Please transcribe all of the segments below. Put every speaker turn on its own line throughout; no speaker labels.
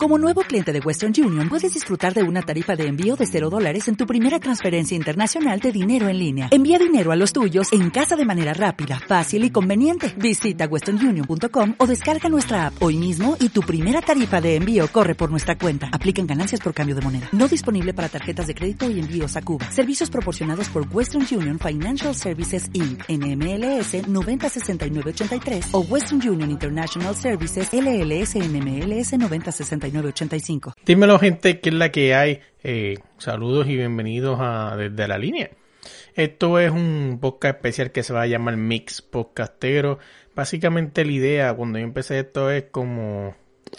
Como nuevo cliente de Western Union, puedes disfrutar de una tarifa de envío de $0 en tu primera transferencia internacional de dinero en línea. Envía dinero a los tuyos en casa de manera rápida, fácil y conveniente. Visita westernunion.com o descarga nuestra app hoy mismo y tu primera tarifa de envío corre por nuestra cuenta. Aplican ganancias por cambio de moneda. No disponible para tarjetas de crédito y envíos a Cuba. Servicios proporcionados por Western Union Financial Services Inc. NMLS 906983 o Western Union International Services LLS NMLS 906985.
Dímelo, gente, ¿qué es la que hay? Saludos y bienvenidos a Desde la Línea. Esto es un podcast especial que se va a llamar Mix Podcastero. Básicamente la idea cuando yo empecé esto es como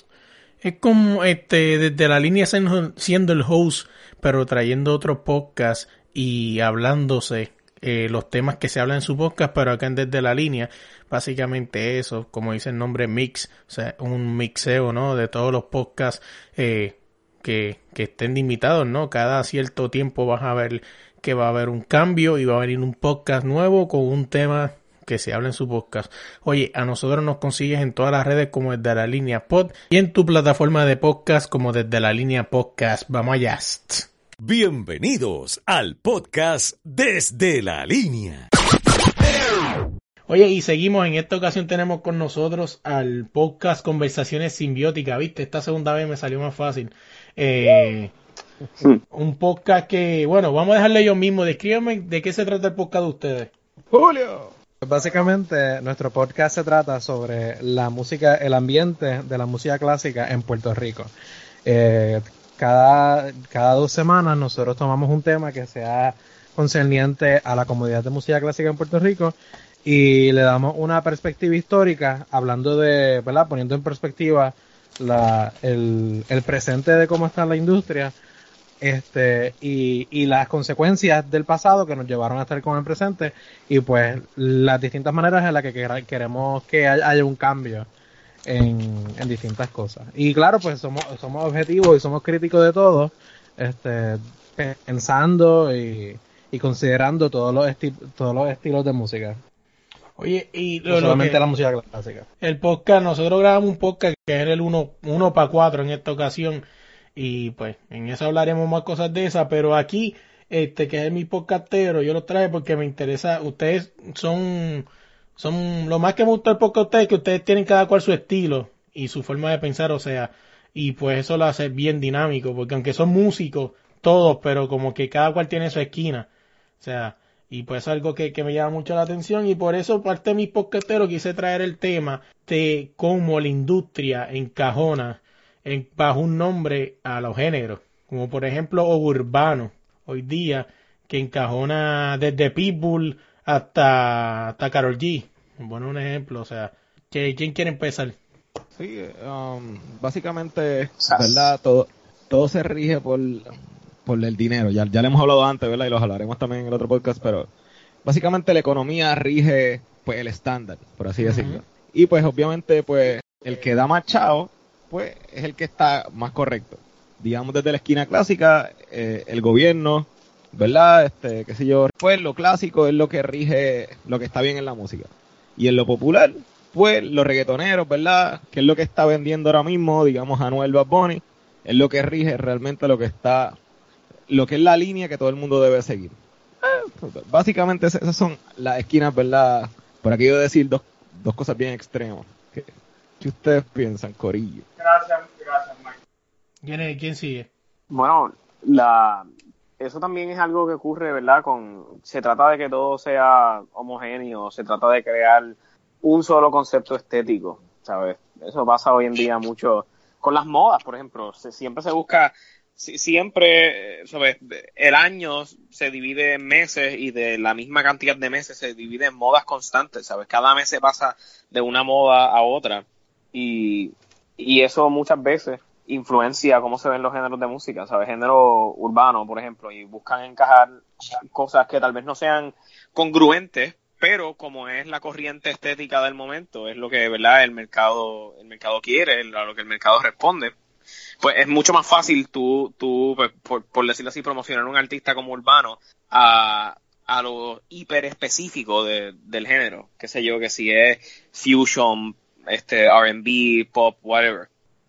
Desde la Línea siendo el host, pero trayendo otro podcast y hablándose los temas que se hablan en su podcast, pero acá en Desde la Línea, básicamente eso, como dice el nombre, mix, o sea, un mixeo, ¿no? De todos los podcasts que estén limitados, ¿no? Cada cierto tiempo vas a ver que va a haber un cambio y va a venir un podcast nuevo con un tema que se habla en su podcast. Oye, a nosotros nos consigues en todas las redes como Desde la Línea Pod y en tu plataforma de podcast como Desde la Línea Podcast. Vamos allá.
Bienvenidos al podcast Desde la Línea.
Oye, y seguimos, en esta ocasión tenemos con nosotros al podcast Conversaciones Simbióticas, ¿viste? Esta segunda vez me salió más fácil. Un podcast que, bueno, vamos a dejarle ellos mismos. Descríbanme de qué se trata el podcast de ustedes.
Julio. Básicamente, nuestro podcast se trata sobre la música, el ambiente de la música clásica en Puerto Rico. Cada 2 semanas nosotros tomamos un tema que sea concerniente a la comunidad de música clásica en Puerto Rico y le damos una perspectiva histórica, hablando de, ¿verdad? Poniendo en perspectiva el presente de cómo está la industria, y las consecuencias del pasado que nos llevaron a estar con el presente y pues las distintas maneras en las que queremos que haya un cambio en distintas cosas. Y claro, pues somos objetivos y somos críticos de todo, pensando y considerando todos los estilos de música.
Oye, y
no solamente la música clásica.
El podcast, nosotros grabamos un podcast que es el 1 para 4 en esta ocasión y pues en eso hablaremos más cosas de esa, pero aquí que es mi podcastero, yo lo traje porque me interesa. Ustedes son lo más que me gusta del podcast de ustedes, que ustedes tienen cada cual su estilo y su forma de pensar, o sea, y pues eso lo hace bien dinámico, porque aunque son músicos todos, pero como que cada cual tiene su esquina, o sea, y pues es algo que me llama mucho la atención y por eso parte de mis podcasteros quise traer el tema de cómo la industria encajona bajo un nombre a los géneros, como por ejemplo urbano, hoy día, que encajona desde Pitbull hasta Karol G. Bueno, un ejemplo, o sea, ¿quién quiere empezar?
Sí, básicamente, ¿verdad? Todo se rige por el dinero. Ya le hemos hablado antes, ¿verdad? Y los hablaremos también en el otro podcast, pero básicamente la economía rige, pues, el estándar, por así decirlo. Y pues, obviamente, pues, el que da más chao, pues, es el que está más correcto. Digamos, desde la esquina clásica, el gobierno, ¿verdad? Qué sé yo, pues lo clásico es lo que rige lo que está bien en la música. Y en lo popular, pues los reggaetoneros, ¿verdad? Que es lo que está vendiendo ahora mismo, digamos, Anuel, Bad Bunny, es lo que rige realmente lo que es la línea que todo el mundo debe seguir. Básicamente esas son las esquinas, ¿verdad? Por aquí yo decir dos cosas bien extremas. ¿Qué ustedes piensan, corillo?
Gracias, Mike. ¿Quién sigue?
Bueno, eso también es algo que ocurre, ¿verdad? Se trata de que todo sea homogéneo, se trata de crear un solo concepto estético, ¿sabes? Eso pasa hoy en día mucho con las modas, por ejemplo. Siempre se busca, ¿sabes? El año se divide en meses y de la misma cantidad de meses se divide en modas constantes, ¿sabes? Cada mes se pasa de una moda a otra y eso muchas veces influencia cómo se ven los géneros de música, ¿sabes? Género urbano, por ejemplo, y buscan encajar cosas que tal vez no sean congruentes, pero como es la corriente estética del momento, es lo que, ¿verdad? El mercado quiere, a lo que el mercado responde, pues es mucho más fácil tú pues, por decirlo así, promocionar a un artista como urbano a lo hiper específico del género, qué sé yo, que si es fusion, R&B, pop, whatever.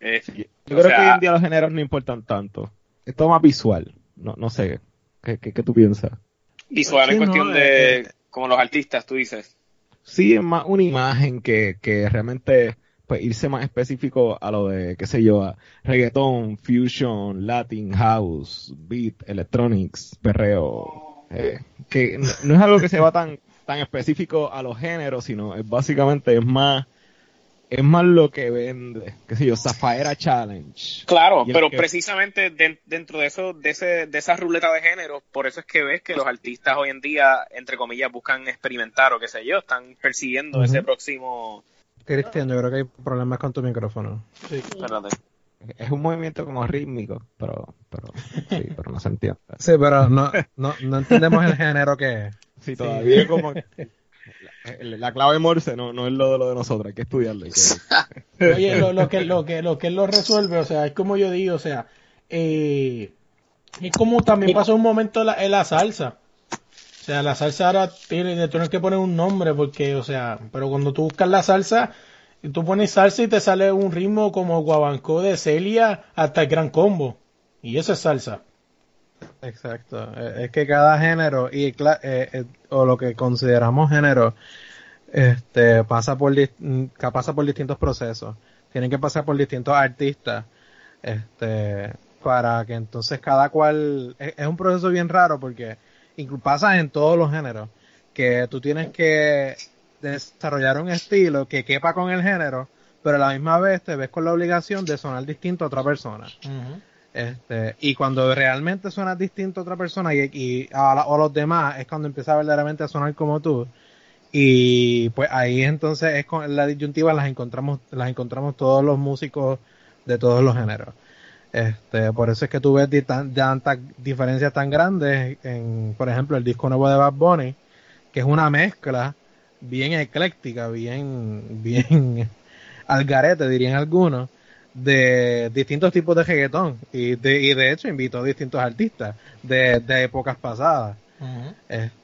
Yo creo que hoy en día los géneros no importan tanto. Es todo más visual. No sé. ¿Qué tú piensas?
Visual en cuestión de como los artistas, tú dices.
Sí, es más una imagen que realmente pues irse más específico a lo de, qué sé yo, a reggaetón, fusion, latin, house, beat, electronics, perreo. Que no es algo que se va tan específico a los géneros, sino es básicamente es más lo que vende, qué sé yo, Zafaera Challenge.
Claro, pero precisamente dentro de eso, de esa ruleta de género, por eso es que ves que los artistas hoy en día, entre comillas, buscan experimentar o qué sé yo, están persiguiendo ese próximo.
Cristian, yo creo que hay problemas con tu micrófono.
Sí, espérate.
Es un movimiento como rítmico, pero no se entiende.
Sí, pero no entendemos el género que es.
Sí, todavía es como la clave Morse no es lo de nosotros, hay que estudiarlo.
Oye, lo que él lo resuelve, o sea, es como yo digo, o sea, es como también pasó un momento en la salsa. O sea, la salsa ahora tienes que poner un nombre porque, o sea, pero cuando tú buscas la salsa, tú pones salsa y te sale un ritmo como Guabancó de Celia hasta el Gran Combo. Y eso es salsa.
Exacto. Es que cada género o lo que consideramos género pasa por distintos procesos. Tienen que pasar por distintos artistas para que entonces cada cual es un proceso bien raro porque pasa en todos los géneros que tú tienes que desarrollar un estilo que quepa con el género, pero a la misma vez te ves con la obligación de sonar distinto a otra persona. Uh-huh. Y cuando realmente suenas distinto a otra persona o los demás es cuando empieza verdaderamente a sonar como tú, y pues ahí entonces es con la disyuntiva las encontramos todos los músicos de todos los géneros. Por eso es que tú ves tantas diferencias tan grandes en, por ejemplo, el disco nuevo de Bad Bunny, que es una mezcla bien ecléctica, bien al garete, dirían algunos, de distintos tipos de reggaetón, y de hecho invitó a distintos artistas de épocas pasadas. Uh-huh.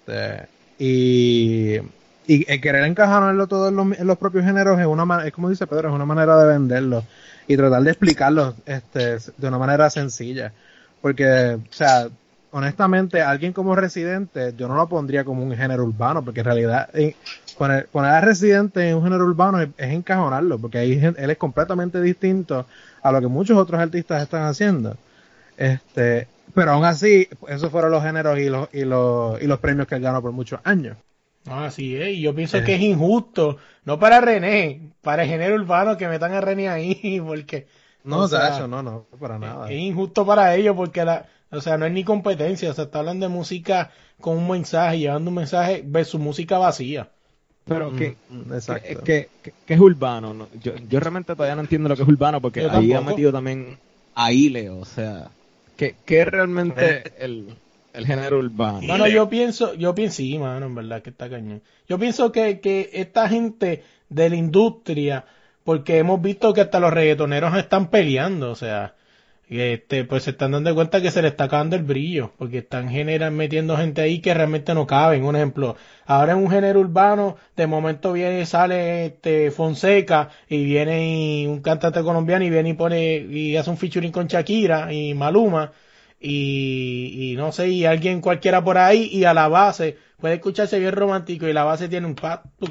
Y el querer encajarlo todo en los propios géneros es como dice Pedro, es una manera de venderlo y tratar de explicarlo de una manera sencilla, porque, o sea, honestamente, alguien como Residente yo no lo pondría como un género urbano, porque en realidad poner a Residente en un género urbano es encajonarlo, porque ahí él es completamente distinto a lo que muchos otros artistas están haciendo. Pero aún así, esos fueron los géneros y los premios que él ganó por muchos años.
Así es, y yo pienso que es injusto, no para René, para el género urbano que metan a René ahí, porque...
No, Sacho, no, para nada.
Es injusto para ellos porque o sea, no es ni competencia, o sea, está hablando de música con un mensaje, llevando un mensaje versus música vacía.
Pero que es urbano, ¿no? Yo realmente todavía no entiendo lo que es urbano, porque yo ahí ha metido también a Ile, o sea, ¿qué es realmente el género urbano?
Bueno, yo pienso, sí, mano, en verdad que está cañón. Yo pienso que esta gente de la industria, porque hemos visto que hasta los reggaetoneros están peleando, o sea, pues se están dando cuenta que se le está acabando el brillo, porque están metiendo gente ahí que realmente no caben. Un ejemplo, ahora en un género urbano, de momento sale Fonseca, y viene un cantante colombiano y viene y pone, y hace un featuring con Shakira y Maluma, y no sé, y alguien cualquiera por ahí, y a la base puede escucharse bien romántico, y la base tiene un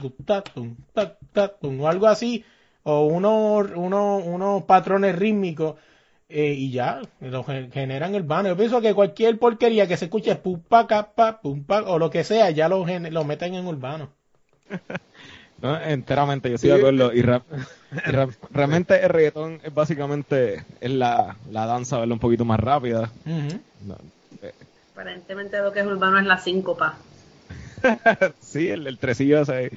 o algo así, o unos patrones rítmicos, y ya, lo generan urbano. Yo pienso que cualquier porquería que se escuche pum pa o lo que sea, ya lo meten en urbano.
No, enteramente, yo estoy de acuerdo. Y realmente el reggaetón es básicamente la danza, verlo un poquito más rápida. Uh-huh.
Aparentemente lo que es urbano es la síncopa.
Sí, el tresillo ese.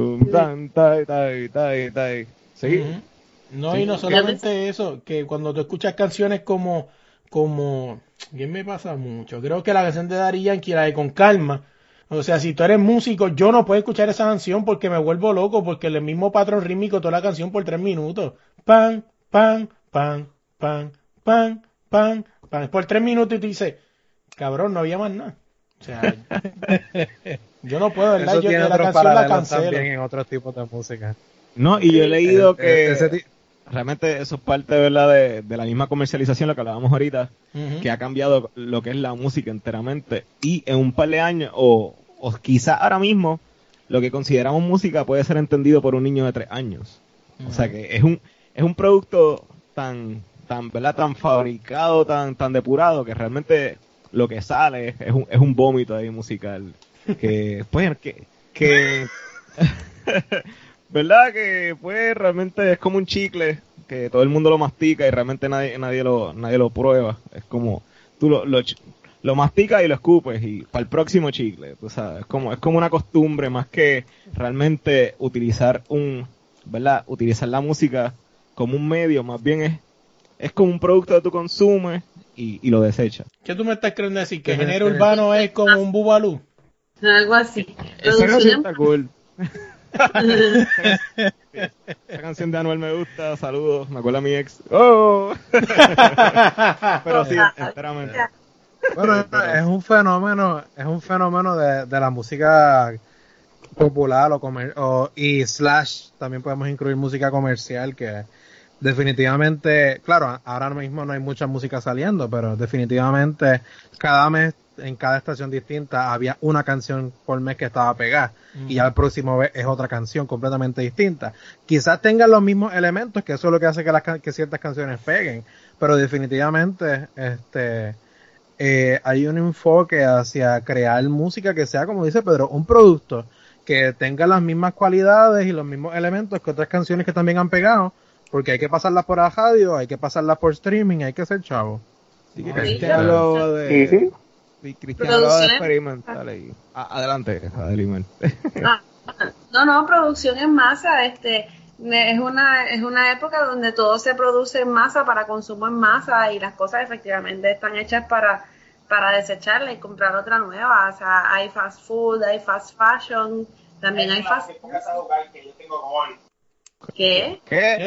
Sí.
Uh-huh. No, sí. Y no solamente eso, que cuando tú escuchas canciones como ¿quién me pasa mucho? Creo que la canción de Daddy Yankee, la de Con Calma. O sea, si tú eres músico, yo no puedo escuchar esa canción porque me vuelvo loco, porque el mismo patrón rítmico toda la canción por 3 minutos. Pan, pan, pan, pan, pan, pan, pan. Por 3 minutos y tú dices, cabrón, no había más nada. O sea, yo no puedo, ¿verdad? Yo la canción la cancelo.
También en otros tipos de música.
No, y yo he leído que realmente eso es parte, ¿verdad?, de la misma comercialización, lo que hablábamos ahorita, que ha cambiado lo que es la música enteramente. Y en un par de años, o quizás ahora mismo, lo que consideramos música puede ser entendido por un niño de 3 años. O sea que es un producto tan ¿verdad?, tan fabricado, tan depurado, que realmente lo que sale es un vómito ahí musical. Que, pues, que ¿verdad? Que pues realmente es como un chicle que todo el mundo lo mastica y realmente nadie lo prueba. Es como tú lo masticas y lo escupes y para el próximo chicle, tú sabes, es como una costumbre más que realmente utilizar ¿verdad? Utilizar la música como un medio, más bien es como un producto que tú consumes y lo desechas.
¿Qué tú me estás queriendo decir? ¿Que el género urbano es como un bubalú?
Algo así.
Esa canción está cool. Esa canción de Anuel me gusta, saludos, me acuerda a mi ex. ¡Oh! Pero sí, enteramente.
Bueno, es un fenómeno de la música popular y también podemos incluir música comercial, que definitivamente, claro, ahora mismo no hay mucha música saliendo, pero definitivamente cada mes en cada estación distinta había una canción por mes que estaba pegada, y ya el próximo mes es otra canción completamente distinta. Quizás tengan los mismos elementos, que eso es lo que hace que ciertas canciones peguen, pero definitivamente hay un enfoque hacia crear música que sea, como dice Pedro, un producto que tenga las mismas cualidades y los mismos elementos que otras canciones que también han pegado, porque hay que pasarlas por la radio, hay que pasarlas por streaming, hay que ser chavo.
Sí, Cristian habló de experimental ahí. Adelante, Adelimel.
No, producción en masa, es una época donde todo se produce en masa para consumo en masa, y las cosas efectivamente están hechas para desecharla y comprar otra nueva. O sea, hay fast food, hay fast fashion, también hay fast food. ¿Qué?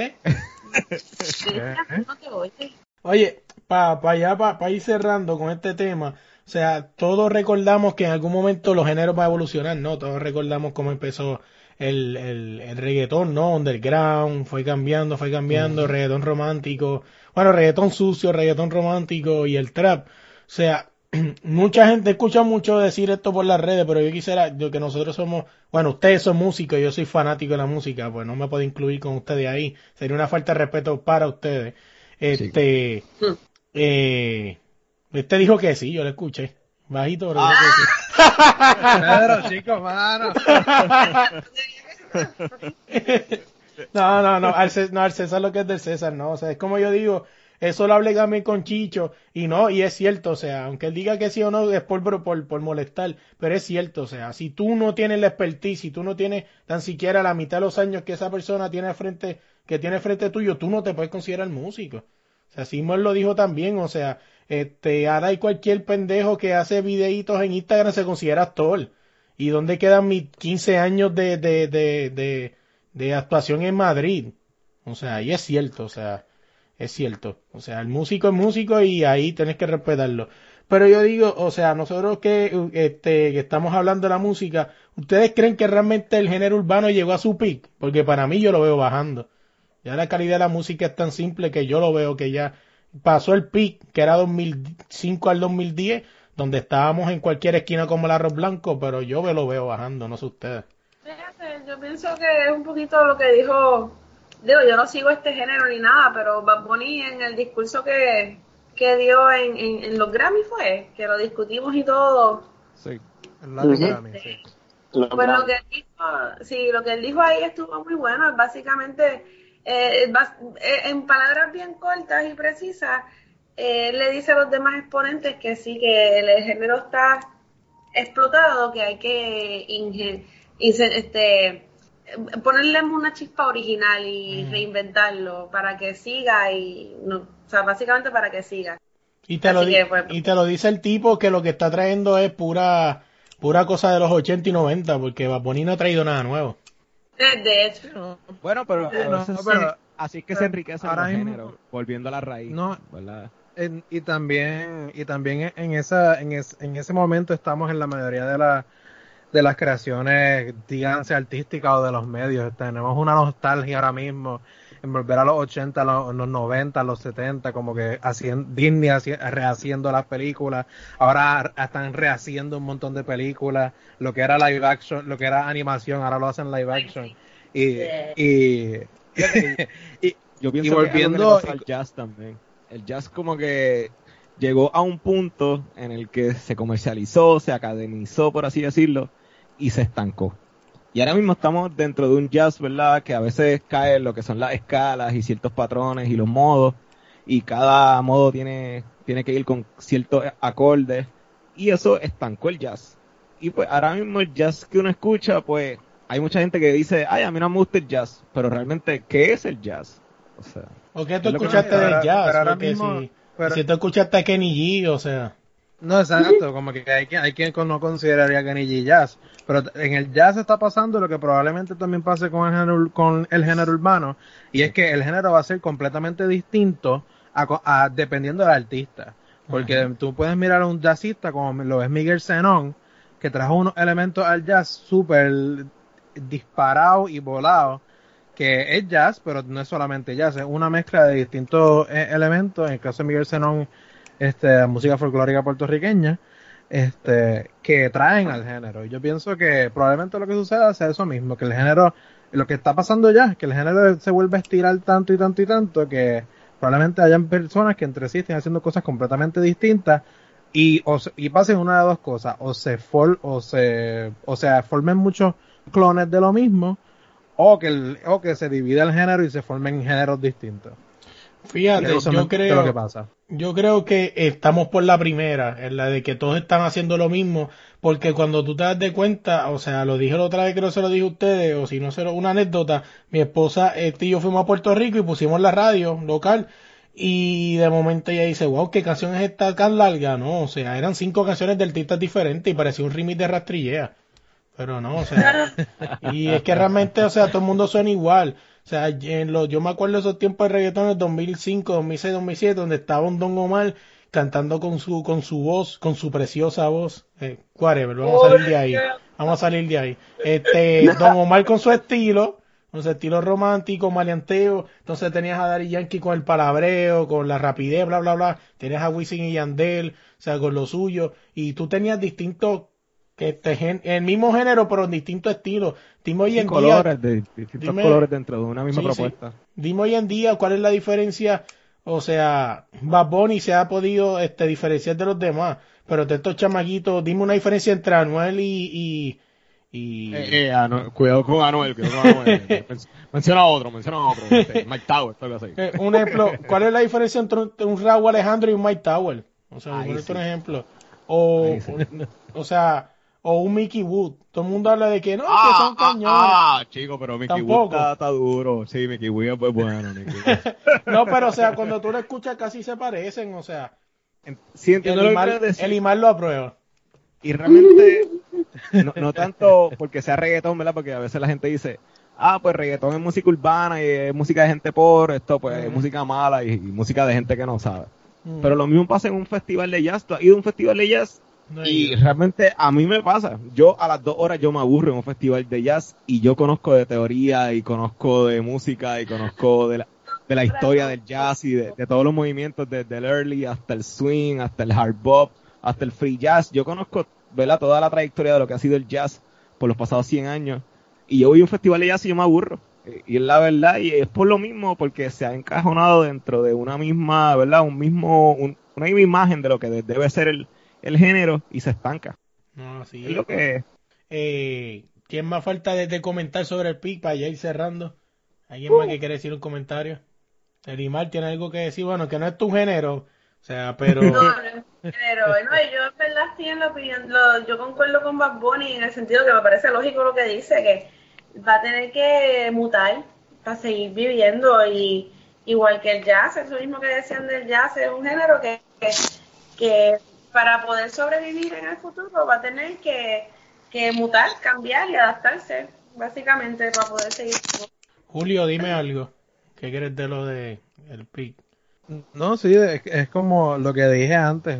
No te oyes.
Oye, para ir cerrando con este tema, o sea, todos recordamos que en algún momento los géneros van a evolucionar, ¿no? Todos recordamos cómo empezó el reggaetón, ¿no? Underground, fue cambiando, reggaetón romántico, bueno, reggaetón sucio, reggaetón romántico y el trap. O sea, mucha gente escucha mucho decir esto por las redes, pero yo quisiera, que nosotros somos, bueno, ustedes son músicos, yo soy fanático de la música, pues no me puedo incluir con ustedes ahí, sería una falta de respeto para ustedes. Este dijo que sí, yo lo escuché, bajito, pero dijo que sí.
Pedro, chicos, mano.
No, al César lo que es del César, no, o sea, es como yo digo, eso lo hablé también con Chicho, y es cierto, o sea, aunque él diga que sí o no, es por molestar, pero es cierto, o sea, si tú no tienes la expertise, si tú no tienes tan siquiera la mitad de los años que esa persona tiene frente tuyo, tú no te puedes considerar músico. O sea, Simón lo dijo también, o sea, ahora hay cualquier pendejo que hace videitos en Instagram se considera actor. ¿Y dónde quedan mis 15 años de actuación en Madrid? O sea, y es cierto, o sea, es cierto. O sea, el músico es músico y ahí tenés que respetarlo. Pero yo digo, o sea, nosotros que estamos hablando de la música, ¿ustedes creen que realmente el género urbano llegó a su peak? Porque para mí yo lo veo bajando. Ya la calidad de la música es tan simple que yo lo veo que ya pasó el peak, que era 2005 al 2010, donde estábamos en cualquier esquina como el arroz blanco, pero yo lo veo bajando, no sé ustedes.
Fíjate, yo pienso que es un poquito lo que dijo, yo no sigo este género ni nada, pero Bad Bunny en el discurso que dio en los Grammy fue, que lo discutimos y todo.
Sí, en los Grammy, sí.
Pues lo que él dijo ahí estuvo muy bueno, básicamente, en palabras bien cortas y precisas, le dice a los demás exponentes que sí, que el género está explotado, que hay que ponerle una chispa original y reinventarlo para que siga o sea, básicamente para que siga.
Y te lo dice el tipo que lo que está trayendo es pura cosa de los 80 y 90, porque Bad Bunny no ha traído nada nuevo.
De hecho.
Bueno, pero así es que se enriquece el género, volviendo a la raíz, ¿verdad?
Y también en ese momento estamos en la mayoría de las creaciones, díganse artísticas o de los medios. Tenemos una nostalgia ahora mismo. volver a los 80, los 90, los 70, como que Disney rehaciendo las películas, ahora están rehaciendo un montón de películas, lo que era live action, lo que era animación, ahora lo hacen live action. Y
yo pienso
volviendo
que algo que le pasó al jazz también. El jazz como que llegó a un punto en el que se comercializó, se academizó, por así decirlo, y se estancó. Y ahora mismo estamos dentro de un jazz, ¿verdad? Que a veces cae en lo que son las escalas y ciertos patrones y los modos, y cada modo tiene que ir con ciertos acordes, y eso estancó el jazz. Y pues ahora mismo el jazz que uno escucha, pues hay mucha gente que dice, ay, a mí no me gusta el jazz, pero realmente, ¿qué es el jazz? O sea,
¿o qué tú escuchaste del jazz?
Pero ahora
Porque
mismo,
si tú escuchaste a Kenny G, o sea...
No, exacto, como que hay quien no consideraría Kenny G jazz, pero en el jazz está pasando lo que probablemente también pase con el género urbano, y es que el género va a ser completamente distinto dependiendo del artista, porque tú puedes mirar a un jazzista como lo es Miguel Zenón, que trajo unos elementos al jazz súper disparados y volados, que es jazz, pero no es solamente jazz, es una mezcla de distintos elementos. En el caso de Miguel Zenón, música folclórica puertorriqueña, que traen al género. Y yo pienso que probablemente lo que suceda sea eso mismo, que el género, lo que está pasando ya, que el género se vuelve a estirar tanto y tanto y tanto, que probablemente hayan personas que entre sí estén haciendo cosas completamente distintas y pasen una de dos cosas, o sea, formen muchos clones de lo mismo, o que se divida el género y se formen géneros distintos.
Fíjate,
lo que pasa.
Yo creo que estamos por la primera, en la de que todos están haciendo lo mismo, porque cuando tú te das de cuenta, o sea, lo dije la otra vez, creo que se lo dije a ustedes, o si no, una anécdota, mi esposa y yo fuimos a Puerto Rico y pusimos la radio local, y de momento ella dice, wow, ¿qué canción es esta tan larga? No, o sea, eran 5 canciones de artistas diferentes y parecía un remix de Rastrillea, pero no, o sea, y es que realmente, o sea, todo el mundo suena igual. O sea, yo me acuerdo de esos tiempos de reggaetón del 2005, 2006, 2007, donde estaba un Don Omar cantando con su voz, con su preciosa voz. Whatever, vamos a salir de ahí. Vamos a salir de ahí. Don Omar con su estilo romántico, maleanteo. Entonces tenías a Daddy Yankee con el palabreo, con la rapidez, bla, bla, bla. Tenías a Wisin y Yandel, o sea, con lo suyo. Y tú tenías distintos el mismo género pero en distintos estilos. Dime hoy en
colores, distintos colores dentro de una misma propuesta.
Sí. Dime hoy en día cuál es la diferencia, o sea, Bad Bunny se ha podido diferenciar de los demás, pero de estos chamaquitos, dime una diferencia entre Anuel y
cuidado con Anuel, menciona otro, Mike Tower, algo así.
Un ejemplo, ¿cuál es la diferencia entre un Rauw Alejandro y un Mike Tower? O sea, un ejemplo. O sea, o un Mickey Wood. Todo el mundo habla de que no, que son cañones.
Chico, pero Mickey Wood está duro. Sí, Mickey Wood es bueno.
No, pero o sea, cuando tú lo escuchas casi se parecen, o sea.
Sí, entiendo lo que quieres decir.
El Imar lo aprueba.
Y realmente, no tanto porque sea reggaetón, ¿verdad? Porque a veces la gente dice, pues reggaetón es música urbana y es música de gente pobre, esto pues es música mala y música de gente que no sabe. Pero lo mismo pasa en un festival de jazz. ¿Tú has ido a un festival de jazz? Y realmente a mí me pasa. Yo a las 2 horas yo me aburro en un festival de jazz y yo conozco de teoría y conozco de música y conozco de la historia del jazz y de todos los movimientos, desde el early hasta el swing, hasta el hard bop, hasta el free jazz. Yo conozco, ¿verdad?, toda la trayectoria de lo que ha sido el jazz por los pasados 100 años. Y yo voy a un festival de jazz y yo me aburro. Y es la verdad, y es por lo mismo, porque se ha encajonado dentro de una misma, ¿verdad?, una misma imagen de lo que debe ser el género y se estanca.
No, sí.
Es lo que
¿quién más falta de comentar sobre el pick para ya ir cerrando? ¿Alguien más que quiere decir un comentario? Elimar tiene algo que decir, bueno, que no es tu género, o sea, pero...
No es mi género, no, yo en verdad estoy en la opinión, yo concuerdo con Bad Bunny en el sentido que me parece lógico lo que dice, que va a tener que mutar para seguir viviendo, y igual que el jazz, eso mismo que decían del jazz, es un género que para poder sobrevivir en el futuro va a tener que mutar, cambiar y adaptarse, básicamente, para poder seguir.
Julio, dime algo. ¿Qué quieres de lo de el pick?
No, sí, es como lo que dije antes,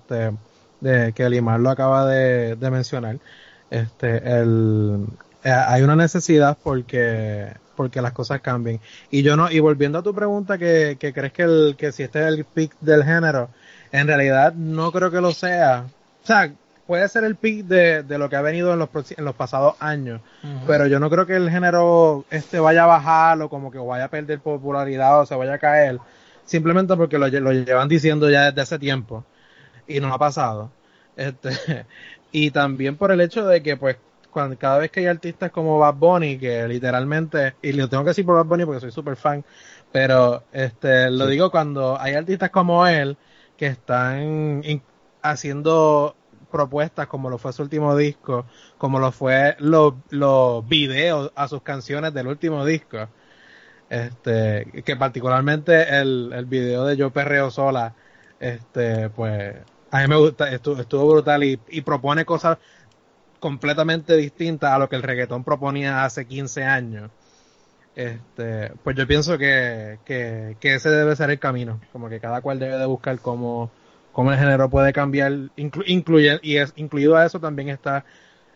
de que Elimar lo acaba de mencionar. Hay una necesidad porque porque las cosas cambien. Y volviendo a tu pregunta que crees que si este es el peak del género, en realidad no creo que lo sea. O sea, puede ser el peak de lo que ha venido en los pasados años, pero yo no creo que el género vaya a bajar o como que vaya a perder popularidad o se vaya a caer, simplemente porque lo llevan diciendo ya desde hace tiempo y no ha pasado. Y también por el hecho de que pues cada vez que hay artistas como Bad Bunny, que literalmente, y lo tengo que decir por Bad Bunny porque soy súper fan, pero lo digo cuando hay artistas como él que están haciendo propuestas como lo fue su último disco, como lo fue los videos a sus canciones del último disco, que particularmente el video de Yo Perreo Sola, pues a mí me gusta, estuvo brutal y propone cosas completamente distintas a lo que el reggaetón proponía hace 15 años. Pues yo pienso que ese debe ser el camino, como que cada cual debe de buscar cómo el género puede cambiar, incluido a eso también está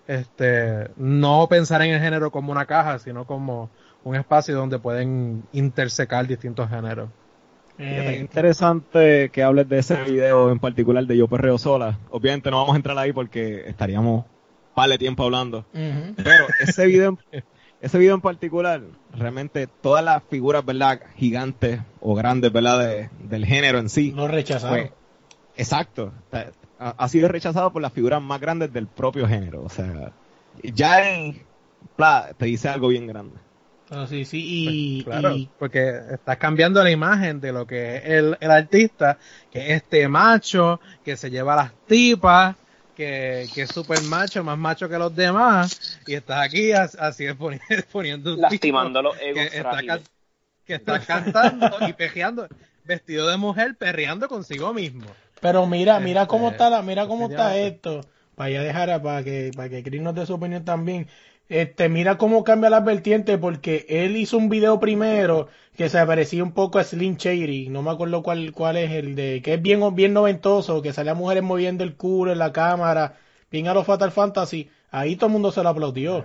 no pensar en el género como una caja, sino como un espacio donde pueden intersecar distintos géneros.
Es interesante que hables de ese video en particular de Yo Perreo Sola. Obviamente no vamos a entrar ahí porque estaríamos par de tiempo hablando. Pero ese video en particular, realmente todas las figuras, ¿verdad?, gigantes o grandes, ¿verdad?, del género en sí.
Lo rechazaron.
Pues, exacto. Ha sido rechazado por las figuras más grandes del propio género. O sea, ya te dice algo bien grande.
Sí, y
claro, porque estás cambiando la imagen de lo que es el artista, que es macho, que se lleva las tipas, que es súper macho, más macho que los demás, y estás aquí así poniendo un
lastimando los egos
que está cantando y pejeando, vestido de mujer, perreando consigo mismo.
Pero mira cómo está esto, para ya dejar para que Chris nos dé su opinión también. Mira cómo cambia las vertientes, porque él hizo un video primero que se parecía un poco a Slim Shady, no me acuerdo cuál es el de, que es bien noventoso, que salía mujeres moviendo el culo en la cámara, bien a los Fatal Fantasy, ahí todo el mundo se lo aplaudió.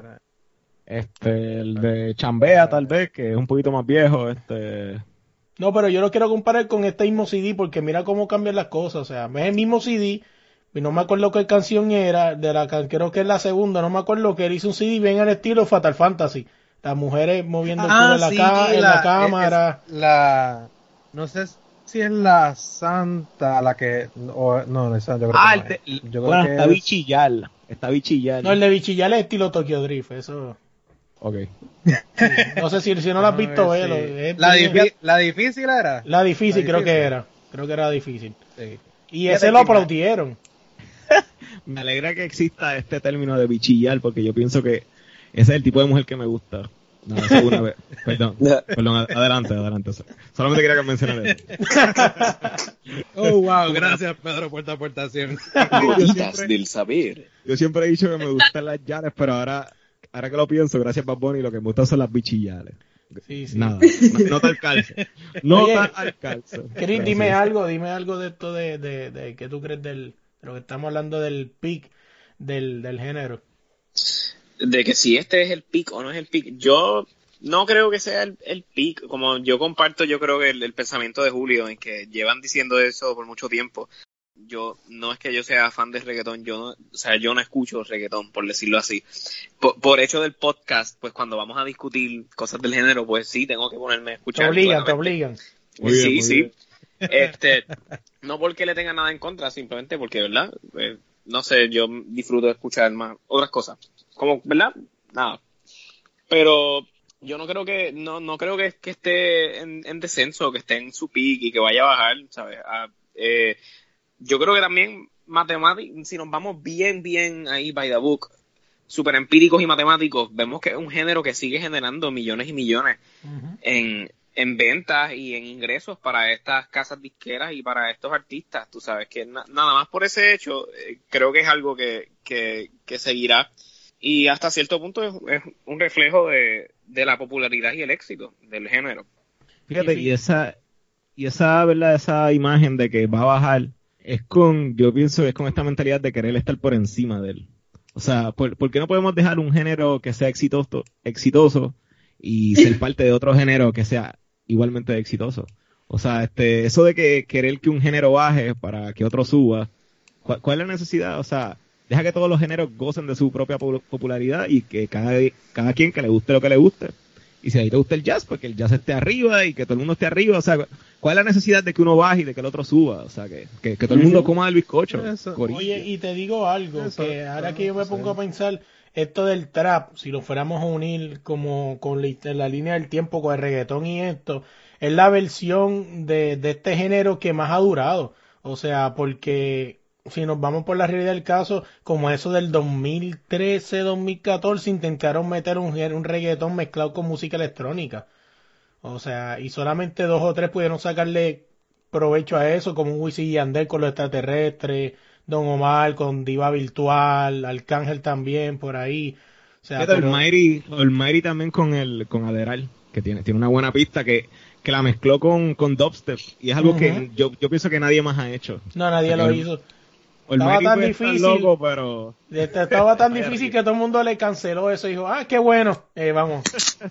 El de Chambea tal vez, que es un poquito más viejo,
No, pero yo lo quiero comparar con este mismo CD, porque mira cómo cambian las cosas, o sea, es el mismo CD, y no me acuerdo qué canción era, creo que es la segunda, no me acuerdo, que él hizo un CD bien al estilo Fatal Fantasy. Las mujeres moviendo el culo en la cámara.
No sé si es la Santa la que... no, esa yo creo que no es.
Está Bichillar. Está Bichillar.
No, el de Bichillar es estilo Tokyo Drift, eso...
Ok.
Sí, no sé si no lo has visto,
la difícil era.
La difícil creo que era. Creo que era difícil. Sí. Y ese lo aplaudieron.
Me alegra que exista este término de bichillar, porque yo pienso que ese es el tipo de mujer que me gusta. No, eso una vez. Perdón, adelante. Solamente quería que mencionara eso.
Oh, wow, gracias Pedro por tu aportación.
Del saber.
Yo siempre he dicho que me gustan las llaves, pero ahora que lo pienso, gracias Bad Bunny, lo que me gustan son las bichillares.
Sí.
Nada, no te alcanzo. No te alcanzo.
Chris, dime algo de esto de ¿qué tú crees de lo que estamos hablando del peak del género?
De que si este es el peak o no es el peak, yo no creo que sea el peak, como yo comparto, yo creo que el pensamiento de Julio, en que llevan diciendo eso por mucho tiempo. Yo no es que yo sea fan de reggaetón, yo no escucho reggaetón, por decirlo así. Por hecho del podcast, pues cuando vamos a discutir cosas del género, pues sí, tengo que ponerme a escuchar.
Te obligan.
Sí. No porque le tenga nada en contra, simplemente porque, ¿verdad? No sé, yo disfruto de escuchar más otras cosas. Como, ¿verdad? Nada. Pero yo no creo que esté en descenso, que esté en su peak y que vaya a bajar, ¿sabes? Yo creo que también si nos vamos bien ahí by the book, super empíricos y matemáticos, vemos que es un género que sigue generando millones y millones en ventas y en ingresos para estas casas disqueras y para estos artistas. Tú sabes que nada más por ese hecho, creo que es algo que seguirá, y hasta cierto punto es un reflejo de la popularidad y el éxito del género.
Fíjate, y esa verdad, esa imagen de que va a bajar, yo pienso que es con esta mentalidad de querer estar por encima de él. O sea, ¿por qué no podemos dejar un género que sea exitoso y ser parte de otro género que sea igualmente exitoso. O sea, eso de que querer que un género baje para que otro suba, ¿cuál es la necesidad? O sea, deja que todos los géneros gocen de su propia popularidad y que cada quien que le guste lo que le guste. Y si a ti te gusta el jazz, pues que el jazz esté arriba y que todo el mundo esté arriba. O sea, ¿cuál es la necesidad de que uno baje y de que el otro suba? O sea, que todo el mundo coma del bizcocho.
Oye, y te digo algo, que ahora que yo me pongo a pensar, esto del trap, si lo fuéramos a unir como con la línea del tiempo con el reggaetón y esto, es la versión de este género que más ha durado. O sea, porque si nos vamos por la realidad del caso, como eso del 2013, 2014, intentaron meter un reggaetón mezclado con música electrónica. O sea, y solamente 2 o 3 pudieron sacarle provecho a eso, como un Wisin y Yandel con los extraterrestres, Don Omar con Diva Virtual, Arcángel también por ahí. O sea,
Almighty también con Adderall, que tiene una buena pista que la mezcló con dubstep, y es algo que yo pienso que nadie más ha hecho.
No, nadie lo hizo.
Estaba tan difícil, loco, pero
estaba tan difícil que todo el mundo le canceló eso y dijo, qué bueno, vamos.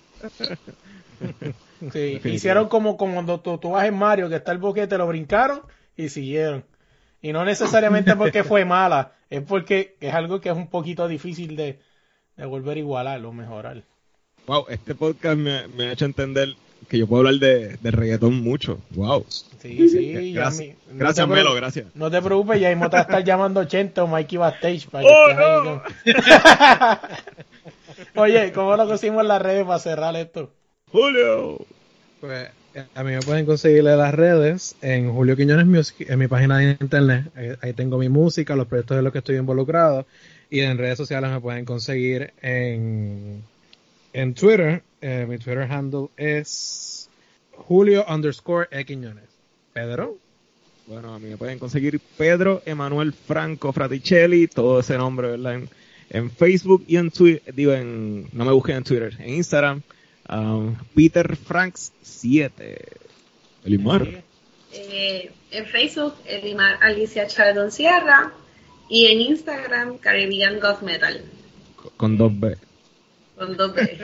Sí, hicieron como cuando tú vas en Mario, que está el boquete, lo brincaron y siguieron. Y no necesariamente porque fue mala, es porque es algo que es un poquito difícil de volver a igualar o mejorar.
Wow, este podcast me ha hecho entender que yo puedo hablar de reggaetón mucho. Wow.
Sí.
Gracias, Melo, gracias.
No te preocupes, ya mismo te va a estar llamando 80 o Mikey Backstage para que estés ahí con... Oye, ¿cómo lo pusimos en las redes para cerrar esto?
Julio.
Pues a mí me pueden conseguir en las redes en Julio Quiñones Music, en mi página de internet. Ahí tengo mi música, los proyectos de los que estoy involucrado. Y en redes sociales me pueden conseguir en Twitter. Mi Twitter handle es Julio_E Quiñones. ¿Pedro?
Bueno, a mí me pueden conseguir Pedro Emanuel Franco Fraticelli, todo ese nombre, ¿verdad? En Facebook y en Twitter, no me busquen en Twitter, en Instagram, Peter Franks 7. Elimar.
En Facebook, Elimar Alicia Chaldón Sierra, y en Instagram, Caribbean Goth Metal.
Con 2B.
Con 2B.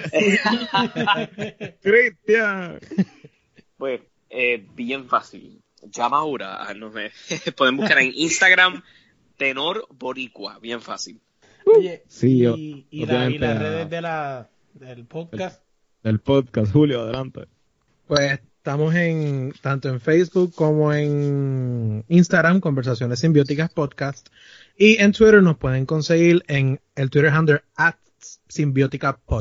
Cristian.
Pues, bien fácil. Llama ahora. Pueden buscar en Instagram Tenor Boricua. Bien fácil.
Oye,
sí,
y las redes del podcast.
Del podcast, Julio, adelante.
Pues estamos tanto en Facebook como en Instagram, Conversaciones Simbióticas Podcast. Y en Twitter nos pueden conseguir en el Twitter handle @SimbióticaPod.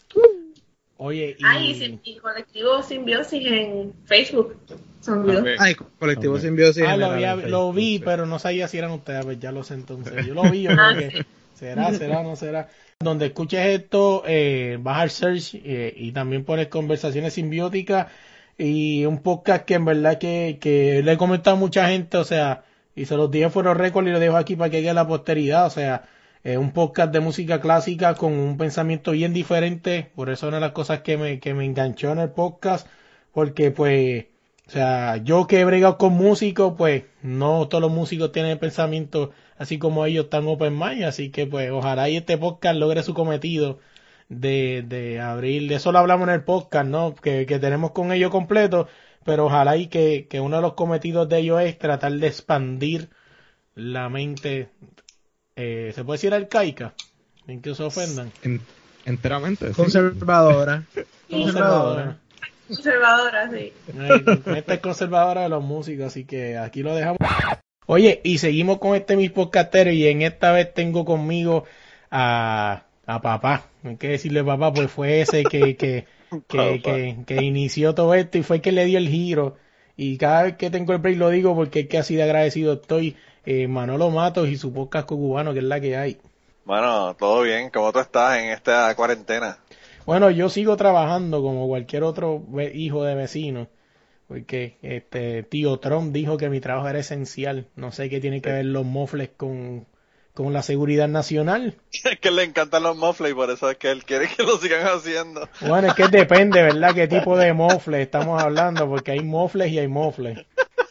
Oye,
y Colectivo Simbiosis en Facebook.
Colectivo Simbiosis.
Lo vi, pero no sabía si eran ustedes, pues ya lo sé entonces. Yo lo vi, que será, no será. Donde escuches esto, vas al search y también pones Conversaciones Simbióticas, y un podcast que en verdad que le he comentado a mucha gente, o sea, y se los dije fuera récord y lo dejo aquí para que quede la posteridad, o sea, un podcast de música clásica con un pensamiento bien diferente. Por eso una de las cosas que me enganchó en el podcast, porque pues, o sea, yo que he bregado con músicos, pues no todos los músicos tienen pensamiento así como ellos tan open mind, así que pues ojalá y este podcast logre su cometido de abrir, de eso lo hablamos en el podcast, ¿no? Que tenemos con ellos completo, pero ojalá y que uno de los cometidos de ellos es tratar de expandir la mente, ¿se puede decir arcaica? ¿En que se ofendan?
Enteramente.
Conservadora.
Conservadora, sí.
Esta es conservadora de los músicos, así que aquí lo dejamos. Oye, y seguimos con mis podcastero, y en esta vez tengo conmigo a papá. No hay que decirle papá, pues fue ese que inició todo esto y fue el que le dio el giro. Y cada vez que tengo el break lo digo porque es que así de agradecido estoy. Manolo Matos y su podcast cubano, que es la que hay.
Bueno, todo bien. ¿Cómo tú estás en esta cuarentena?
Bueno, yo sigo trabajando como cualquier otro hijo de vecino, porque tío Trump dijo que mi trabajo era esencial. No sé qué tiene que ver los mofles con la seguridad nacional.
Es que le encantan los mofles y por eso es que él quiere que lo sigan haciendo.
Bueno, es que depende, ¿verdad? ¿Qué tipo de mofles estamos hablando? Porque hay mofles y hay mofles.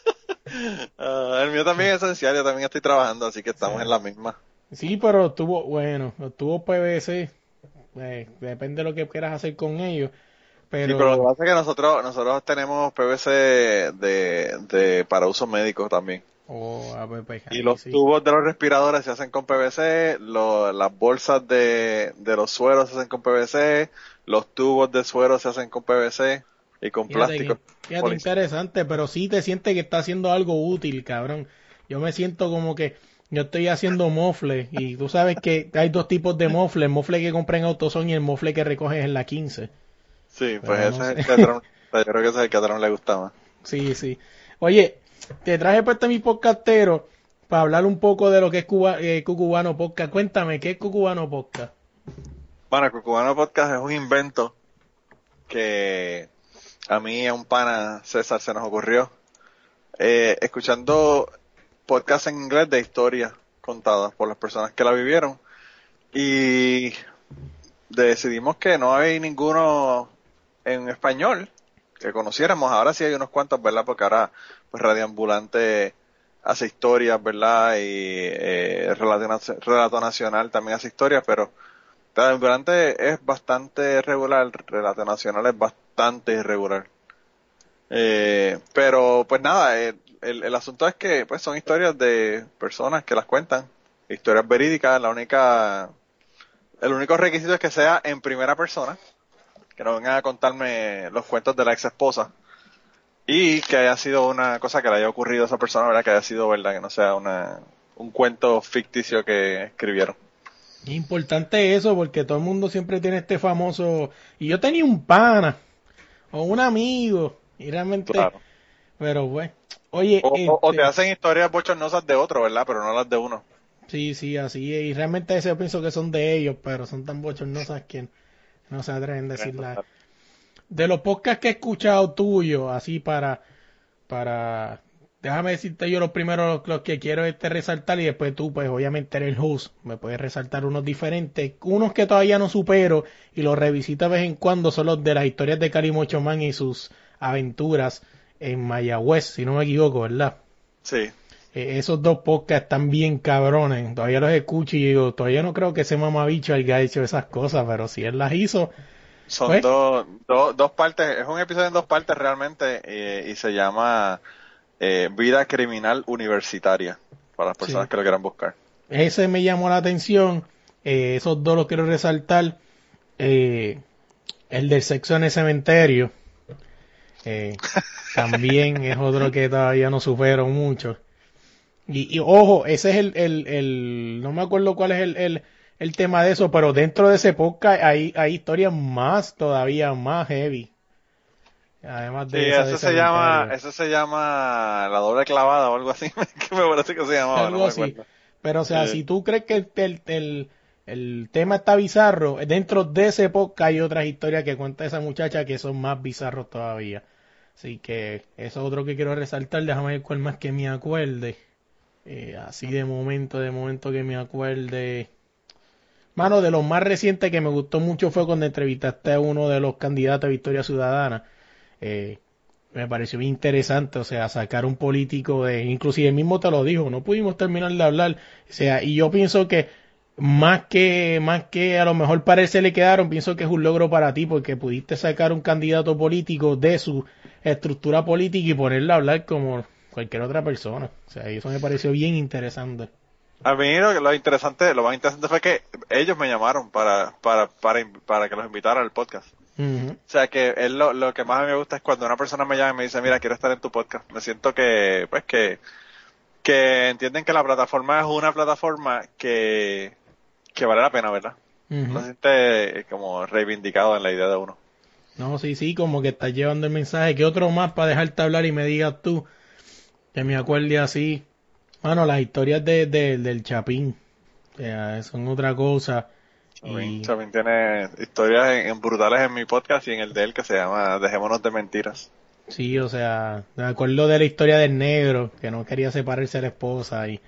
El mío también es esencial, yo también estoy trabajando, así que estamos en la misma.
Sí, pero estuvo PVC. Depende de lo que quieras hacer con ellos. Pero...
Sí, pero lo que pasa es que nosotros tenemos PVC para uso médico también.
Pues,
y los tubos de los respiradores se hacen con PVC, las bolsas de los sueros se hacen con PVC, los tubos de suero se hacen con PVC y con plástico.
Fíjate, interesante, pero sí te sientes que está haciendo algo útil, cabrón. Yo me siento como que yo estoy haciendo mofle y tú sabes que hay dos tipos de mofle, el mofle que compré en AutoZone y el mofle que recoges en la 15.
Sí,
Pero
pues
no
ese
sé.
es el que a Trump, yo creo que ese es el que a Trump le gusta más.
Sí. Oye, te traje para mi podcastero para hablar un poco de lo que es Cucubano Podcast. Cuéntame, ¿qué es Cucubano Podcast?
Bueno, el Cucubano Podcast es un invento que a mí, a un pana César, se nos ocurrió escuchando podcasts en inglés de historias contadas por las personas que la vivieron y decidimos que no hay ninguno en español que conociéramos. Ahora sí hay unos cuantos, ¿verdad? Porque ahora pues Radio Ambulante hace historias, ¿verdad? Y Relato Nacional también hace historias, pero Radio Ambulante es bastante regular, Relato Nacional es bastante irregular. Pero pues nada, el asunto es que pues son historias de personas que las cuentan, historias verídicas. El único requisito es que sea en primera persona, que no vengan a contarme los cuentos de la ex esposa y que haya sido una cosa que le haya ocurrido a esa persona, ¿verdad? Que haya sido verdad, que no sea un cuento ficticio que escribieron.
Es importante eso porque todo el mundo siempre tiene este famoso, y yo tenía un pana o un amigo y realmente,
Claro.
Pero bueno, oye,
o te hacen historias bochornosas de otro, ¿verdad? Pero no las de uno.
Sí, así es, y realmente ese yo pienso que son de ellos, pero son tan bochornosas que no se atreven a decirla. De los podcasts que he escuchado tuyos, así para, déjame decirte yo los primeros, los que quiero resaltar, y después tú, pues obviamente eres el host, me puedes resaltar unos diferentes, unos que todavía no supero y los revisito de vez en cuando, son los de las historias de Calimocho Man y sus aventuras en Mayagüez, si no me equivoco, ¿verdad?
Sí.
Esos dos podcasts están bien cabrones, todavía los escucho y digo, todavía no creo que ese mamabicho haya hecho esas cosas, pero si él las hizo...
Son
pues,
dos partes, es un episodio en dos partes realmente, y se llama Vida Criminal Universitaria, para las personas que lo quieran buscar.
Ese me llamó la atención, esos dos los quiero resaltar, el del sexo en el cementerio, también es otro que todavía no supero mucho. Y ojo, ese es el no me acuerdo cuál es el tema de eso, pero dentro de ese podcast hay historias todavía más heavy. Además de
eso se llama La Doble Clavada o algo así, que me parece que se llamaba,
algo
no me
así.
acuerdo.
Pero o sea, si tú crees que el tema está bizarro, dentro de ese podcast hay otras historias que cuenta esa muchacha que son más bizarros todavía. Así que eso es otro que quiero resaltar, déjame ver cuál más que me acuerde. Así de momento que me acuerde. Mano, de los más recientes que me gustó mucho fue cuando entrevistaste a uno de los candidatos a Victoria Ciudadana. Me pareció bien interesante, o sea, sacar un político inclusive él mismo te lo dijo, no pudimos terminar de hablar, o sea, y yo pienso que más que a lo mejor para él se le quedaron, pienso que es un logro para ti porque pudiste sacar un candidato político de su estructura política y ponerlo a hablar como cualquier otra persona, o sea, eso me pareció bien interesante.
A mí lo más interesante fue que ellos me llamaron para que los invitara al podcast.
Uh-huh.
O sea que lo que más a mí me gusta es cuando una persona me llama y me dice, mira, quiero estar en tu podcast. Me siento que entienden que la plataforma es una plataforma que vale la pena, ¿verdad?
Uh-huh.
Uno se siente como reivindicado en la idea de uno.
No, sí, como que estás llevando el mensaje. ¿Qué otro más para dejarte hablar y me digas tú? Que me acuerde así. Bueno, las historias del Chapín, o sea, son otra cosa.
Chapín tiene historias brutales en mi podcast y en el de él que se llama Dejémonos de Mentiras.
Sí, o sea, me acuerdo de la historia del negro, que no quería separarse de la esposa y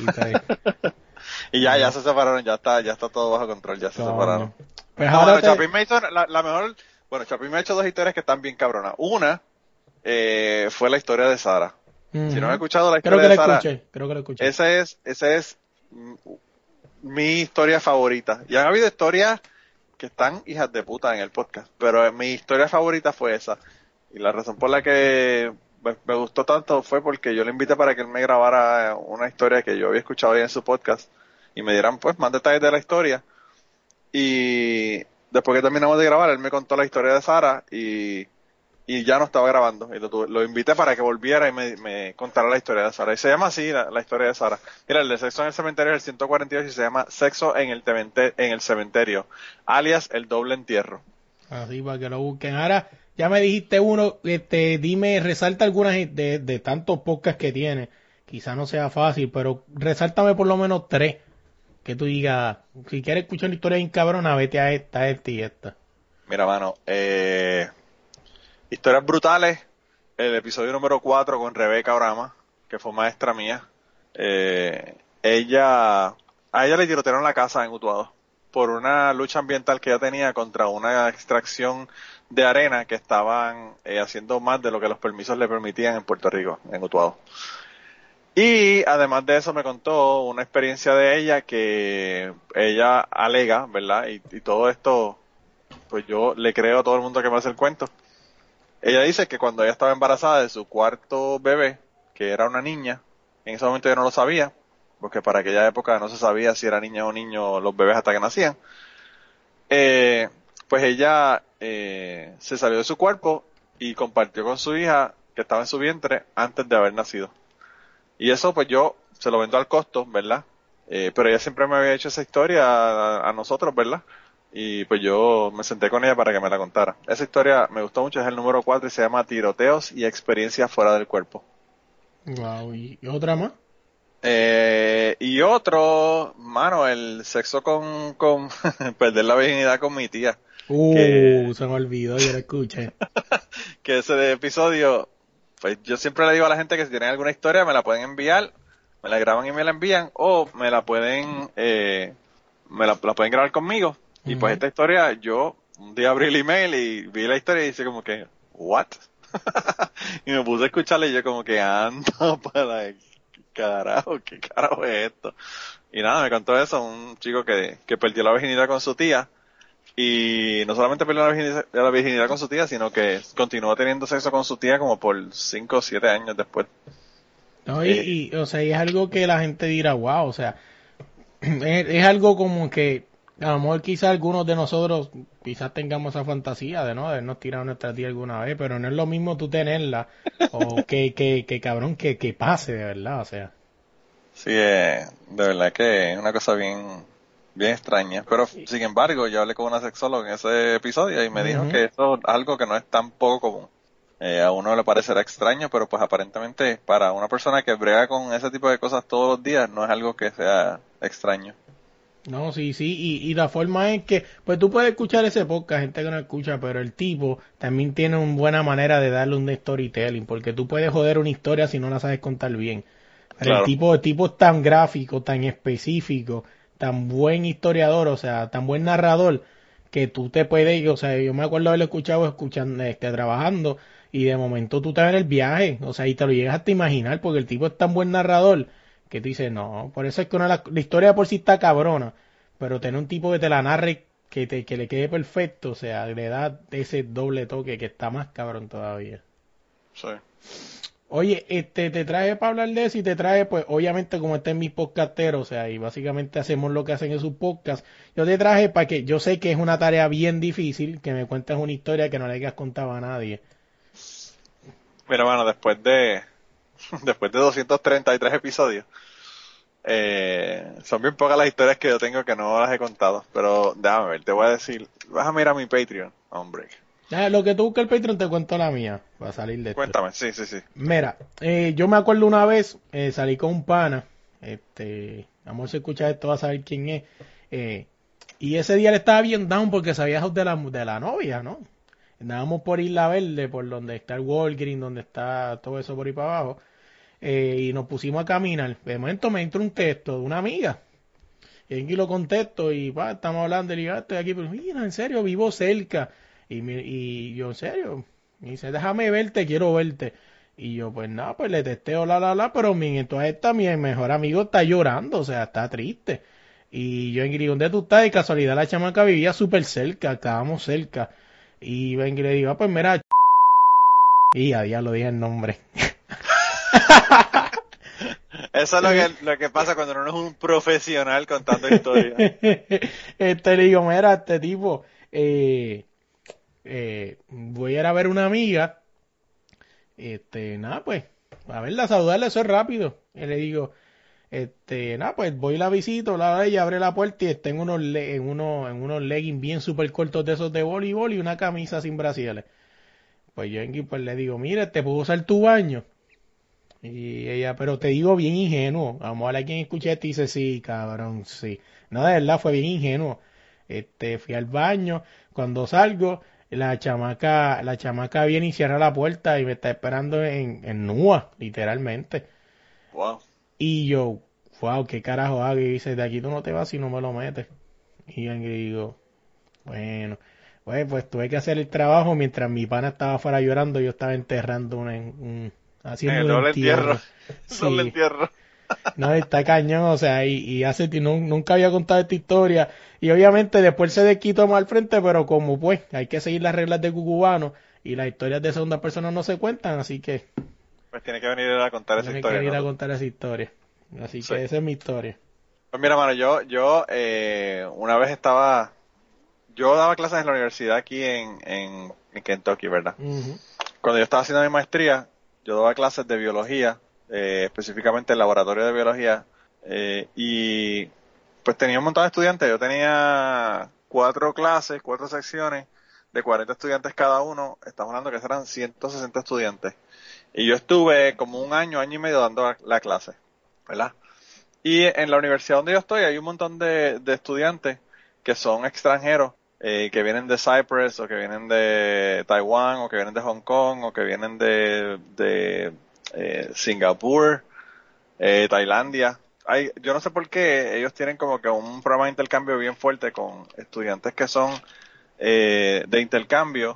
y ya se separaron, ya está todo bajo control, ya se separaron.
Pues
Chapín me hizo la mejor, Chapín me ha hecho dos historias que están bien cabronas. Una fue la historia de Sara.
Uh-huh.
Si no has escuchado la historia de Sara,
creo que la escuché.
Esa es mi historia favorita. Y han habido historias que están hijas de puta en el podcast, pero mi historia favorita fue esa. Y la razón por la que me gustó tanto fue porque yo le invité para que él me grabara una historia que yo había escuchado ahí en su podcast y me dieran pues más detalles de la historia. Y después que terminamos de grabar, él me contó la historia de Sara y ya no estaba grabando. Y lo invité para que volviera y me contara la historia de Sara. Y se llama así la historia de Sara. Mira, el de Sexo en el Cementerio es el 148 y se llama Sexo en el Cementerio, alias El Doble Entierro.
Así para que lo busquen. Ahora, ya me dijiste uno, dime, resalta algunas de tantos podcasts que tiene. Quizá no sea fácil, pero resáltame por lo menos 3. Que tú digas, si quieres escuchar una historia bien cabrona, vete a esta y esta.
Mira, mano, historias brutales. El episodio número 4 con Rebeca Orama, que fue maestra mía. A ella le tirotearon la casa en Utuado por una lucha ambiental que ella tenía contra una extracción de arena que estaban haciendo más de lo que los permisos le permitían en Puerto Rico, en Utuado. Y además de eso me contó una experiencia de ella que ella alega, ¿verdad? Y todo esto, pues yo le creo a todo el mundo que me hace el cuento. Ella dice que cuando ella estaba embarazada de su cuarto bebé, que era una niña, en ese momento yo no lo sabía, porque para aquella época no se sabía si era niña o niño los bebés hasta que nacían, pues ella se salió de su cuerpo y compartió con su hija que estaba en su vientre antes de haber nacido. Y eso pues yo se lo vendo al costo, ¿verdad? Pero ella siempre me había hecho esa historia a nosotros, ¿verdad? Y pues yo me senté con ella para que me la contara. Esa historia me gustó mucho, es el número 4 y se llama Tiroteos y Experiencias Fuera del Cuerpo.
Wow, ¿y otra más?
Y otro, mano, el sexo con perder la virginidad con mi tía.
Se me olvidó, yo lo escuché.
Que ese episodio, pues yo siempre le digo a la gente que si tienen alguna historia me la pueden enviar, me la graban y me la envían, o me la pueden la pueden grabar conmigo. Y pues esta historia, yo un día abrí el email y vi la historia y dice como que, ¿what? Y me puse a escucharla y yo como que ando para el carajo, ¿qué carajo es esto? Y nada, me contó eso, un chico que perdió la virginidad con su tía. Y no solamente perdió la virginidad con su tía, sino que continuó teniendo sexo con su tía como por 5 o 7 años después.
No, o sea, es algo que la gente dirá, wow, o sea, es algo como que a lo mejor quizás algunos de nosotros quizás tengamos esa fantasía de habernos tirado nuestra tía alguna vez, pero no es lo mismo tú tenerla o que cabrón que pase de verdad, o sea.
Sí, de verdad que es una cosa bien extraña, pero sin embargo yo hablé con una sexóloga en ese episodio y me dijo que eso es algo que no es tan poco común. A uno le parecerá extraño, pero pues aparentemente para una persona que brega con ese tipo de cosas todos los días no es algo que sea extraño.
No, sí, y la forma es que, pues tú puedes escuchar ese podcast, gente que no escucha, pero el tipo también tiene una buena manera de darle un storytelling, porque tú puedes joder una historia si no la sabes contar bien. Pero claro. El tipo es tan gráfico, tan específico, tan buen historiador, o sea, tan buen narrador, que tú te puedes, o sea, yo me acuerdo haberlo escuchando, trabajando, y de momento tú te ves en el viaje, o sea, y te lo llegas hasta imaginar, porque el tipo es tan buen narrador, que tú dices, no, por eso es que la historia por sí está cabrona, pero tener un tipo que te la narre, que le quede perfecto, o sea, le da ese doble toque que está más cabrón todavía.
Sí.
Oye, te traje para hablar de eso y te traje, pues, obviamente, como está en mis podcasteros, o sea, y básicamente hacemos lo que hacen en sus podcasts, yo te traje para que, yo sé que es una tarea bien difícil, que me cuentes una historia que no le hayas contado a nadie.
Mira, bueno, después de 233 episodios, son bien pocas las historias que yo tengo que no las he contado, pero déjame ver, te voy a decir, vas a mirar mi Patreon, hombre.
Lo que tú buscas el Patreon te cuento la mía, para salir de esto.
Cuéntame, sí.
Mira, yo me acuerdo una vez, salí con un pana, amor, si escucha esto va a saber quién es, y ese día le estaba bien down porque sabía de la novia, ¿no? Andábamos por Isla Verde, por donde está el Walgreens, donde está todo eso por ahí para abajo, y nos pusimos a caminar. De momento me entró un texto de una amiga, y aquí lo contesto, y estamos hablando, y le digo, estoy aquí, pero mira, en serio, vivo cerca. Y yo, en serio, me dice, déjame verte, quiero verte. Y yo, pues nada, pues le testeo, pero mientras mi mejor amigo está llorando, o sea, está triste. Y yo Ingrid, ¿dónde tú estás? De casualidad la chamaca vivía súper cerca, estábamos cerca. Y yo Ingrid le digo, pues mira, y a diablo dije el nombre.
Eso es lo que pasa cuando uno es un profesional contando historias.
Le digo, mira, este tipo, voy a ir a ver una amiga, nada, pues, a verla, saludarla, eso es rápido. Y le digo, nada, pues voy y la visito, ella abre la puerta y está en unos leggings bien súper cortos de esos de voleibol y una camisa sin brasieres. Pues yo pues le digo, mira, ¿te puedo usar tu baño? Y ella, pero te digo bien ingenuo. Vamos a ver a quien escuché esto y dice, sí, cabrón, sí. No, de verdad, fue bien ingenuo. Fui al baño, cuando salgo, la chamaca viene y cierra la puerta y me está esperando en nua, literalmente.
Wow.
Y yo, wow, ¿qué carajo hago? Y dice, de aquí tú no te vas si no me lo metes. Y yo digo, bueno, pues tuve que hacer el trabajo mientras mi pana estaba afuera llorando, yo estaba enterrando haciendo un entierro. Sí.
Doble entierro.
No, está cañón, o sea, y nunca había contado esta historia. Y obviamente después se desquitó más al frente, pero como pues hay que seguir las reglas de Cucubano y las historias de segunda persona no se cuentan, así que...
Pues tiene que venir a contar esa historia.
Tiene que venir
¿no?
a contar esa historia. Así
Sí.
que esa es mi historia.
Pues mira, mano, yo una vez yo daba clases en la universidad aquí en Kentucky, ¿verdad?
Uh-huh.
Cuando yo estaba haciendo mi maestría, yo daba clases de biología, específicamente el laboratorio de biología, y pues tenía un montón de estudiantes. Yo tenía 4 secciones de 40 estudiantes cada uno. Estamos hablando que eran 160 estudiantes. Y yo estuve como un año y medio dando la clase, ¿verdad? Y en la universidad donde yo estoy hay un montón de estudiantes que son extranjeros, que vienen de Cyprus o que vienen de Taiwán o que vienen de Hong Kong o que vienen de Singapur, Tailandia. Yo no sé por qué ellos tienen como que un programa de intercambio bien fuerte con estudiantes que son de intercambio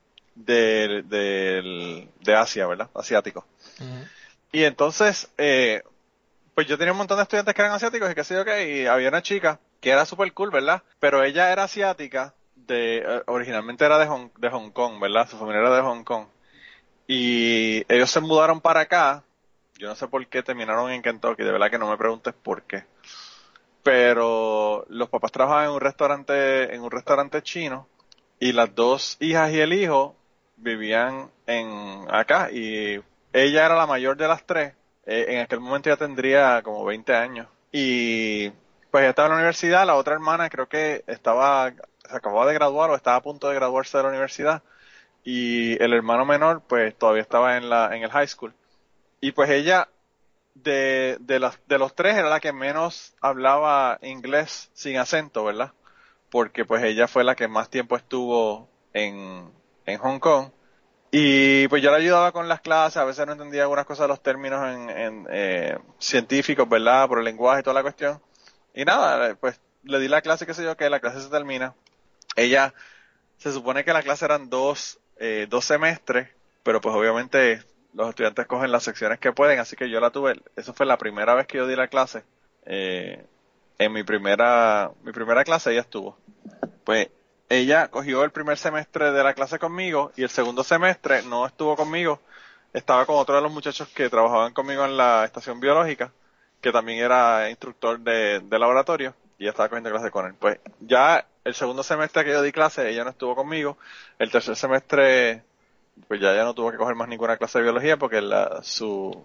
de Asia, ¿verdad? Asiáticos.
Uh-huh.
Y entonces, pues yo tenía un montón de estudiantes que eran asiáticos y qué sé yo qué, y había una chica que era súper cool, ¿verdad? Pero ella era asiática, originalmente era de Hong Kong, ¿verdad? Su familia era de Hong Kong. Y ellos se mudaron para acá, yo no sé por qué terminaron en Kentucky, de verdad que no me preguntes por qué. Pero los papás trabajaban en un restaurante chino, y las 2 hijas y el hijo vivían acá, y ella era la mayor de las 3. En aquel momento ya tendría como 20 años. Y pues ella estaba en la universidad, la otra hermana creo que se acababa de graduar o estaba a punto de graduarse de la universidad. Y el hermano menor pues todavía estaba en el high school. Y pues ella, de los 3, era la que menos hablaba inglés sin acento, ¿verdad? Porque pues ella fue la que más tiempo estuvo en Hong Kong. Y pues yo le ayudaba con las clases, a veces no entendía algunas cosas de los términos científicos, ¿verdad? Por el lenguaje y toda la cuestión. Y nada, pues le di la clase, qué sé yo, que la clase se termina. Ella, se supone que la clase eran 2 semestres, pero pues obviamente los estudiantes cogen las secciones que pueden, así que yo la tuve. Eso fue la primera vez que yo di la clase. En mi primera clase ella estuvo. Pues ella cogió el primer semestre de la clase conmigo y el segundo semestre no estuvo conmigo, estaba con otro de los muchachos que trabajaban conmigo en la estación biológica, que también era instructor de laboratorio, y ella estaba cogiendo clase con él. Pues ya el segundo semestre que yo di clase, ella no estuvo conmigo. El tercer semestre, pues ya ella no tuvo que coger más ninguna clase de biología porque su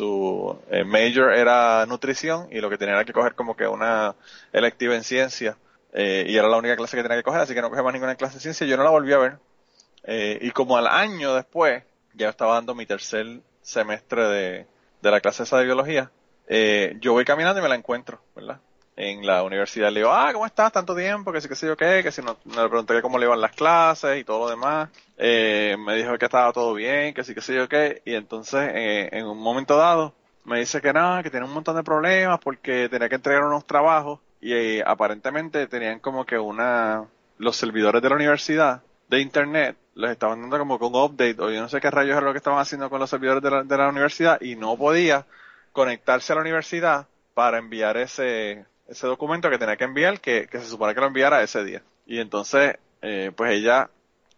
major era nutrición y lo que tenía era que coger como que una electiva en ciencia. Y era la única clase que tenía que coger, así que no cogí más ninguna clase de ciencia. Yo no la volví a ver. Y como al año después, ya estaba dando mi tercer semestre de la clase esa de biología, yo voy caminando y me la encuentro, ¿verdad? En la universidad. Le digo, ¿cómo estás? Tanto tiempo, que sí, que sé yo qué, que si no, me pregunté cómo le iban las clases y todo lo demás. Me dijo que estaba todo bien, que sí, que sé yo qué. Y entonces, en un momento dado, me dice que nada, que tiene un montón de problemas porque tenía que entregar unos trabajos. Y aparentemente tenían como que los servidores de la universidad de internet les estaban dando como que un update o yo no sé qué rayos era lo que estaban haciendo con los servidores de la universidad y no podía conectarse a la universidad para enviar ese ese documento que tenía que enviar, que se supone que lo enviara ese día. Y entonces, pues ella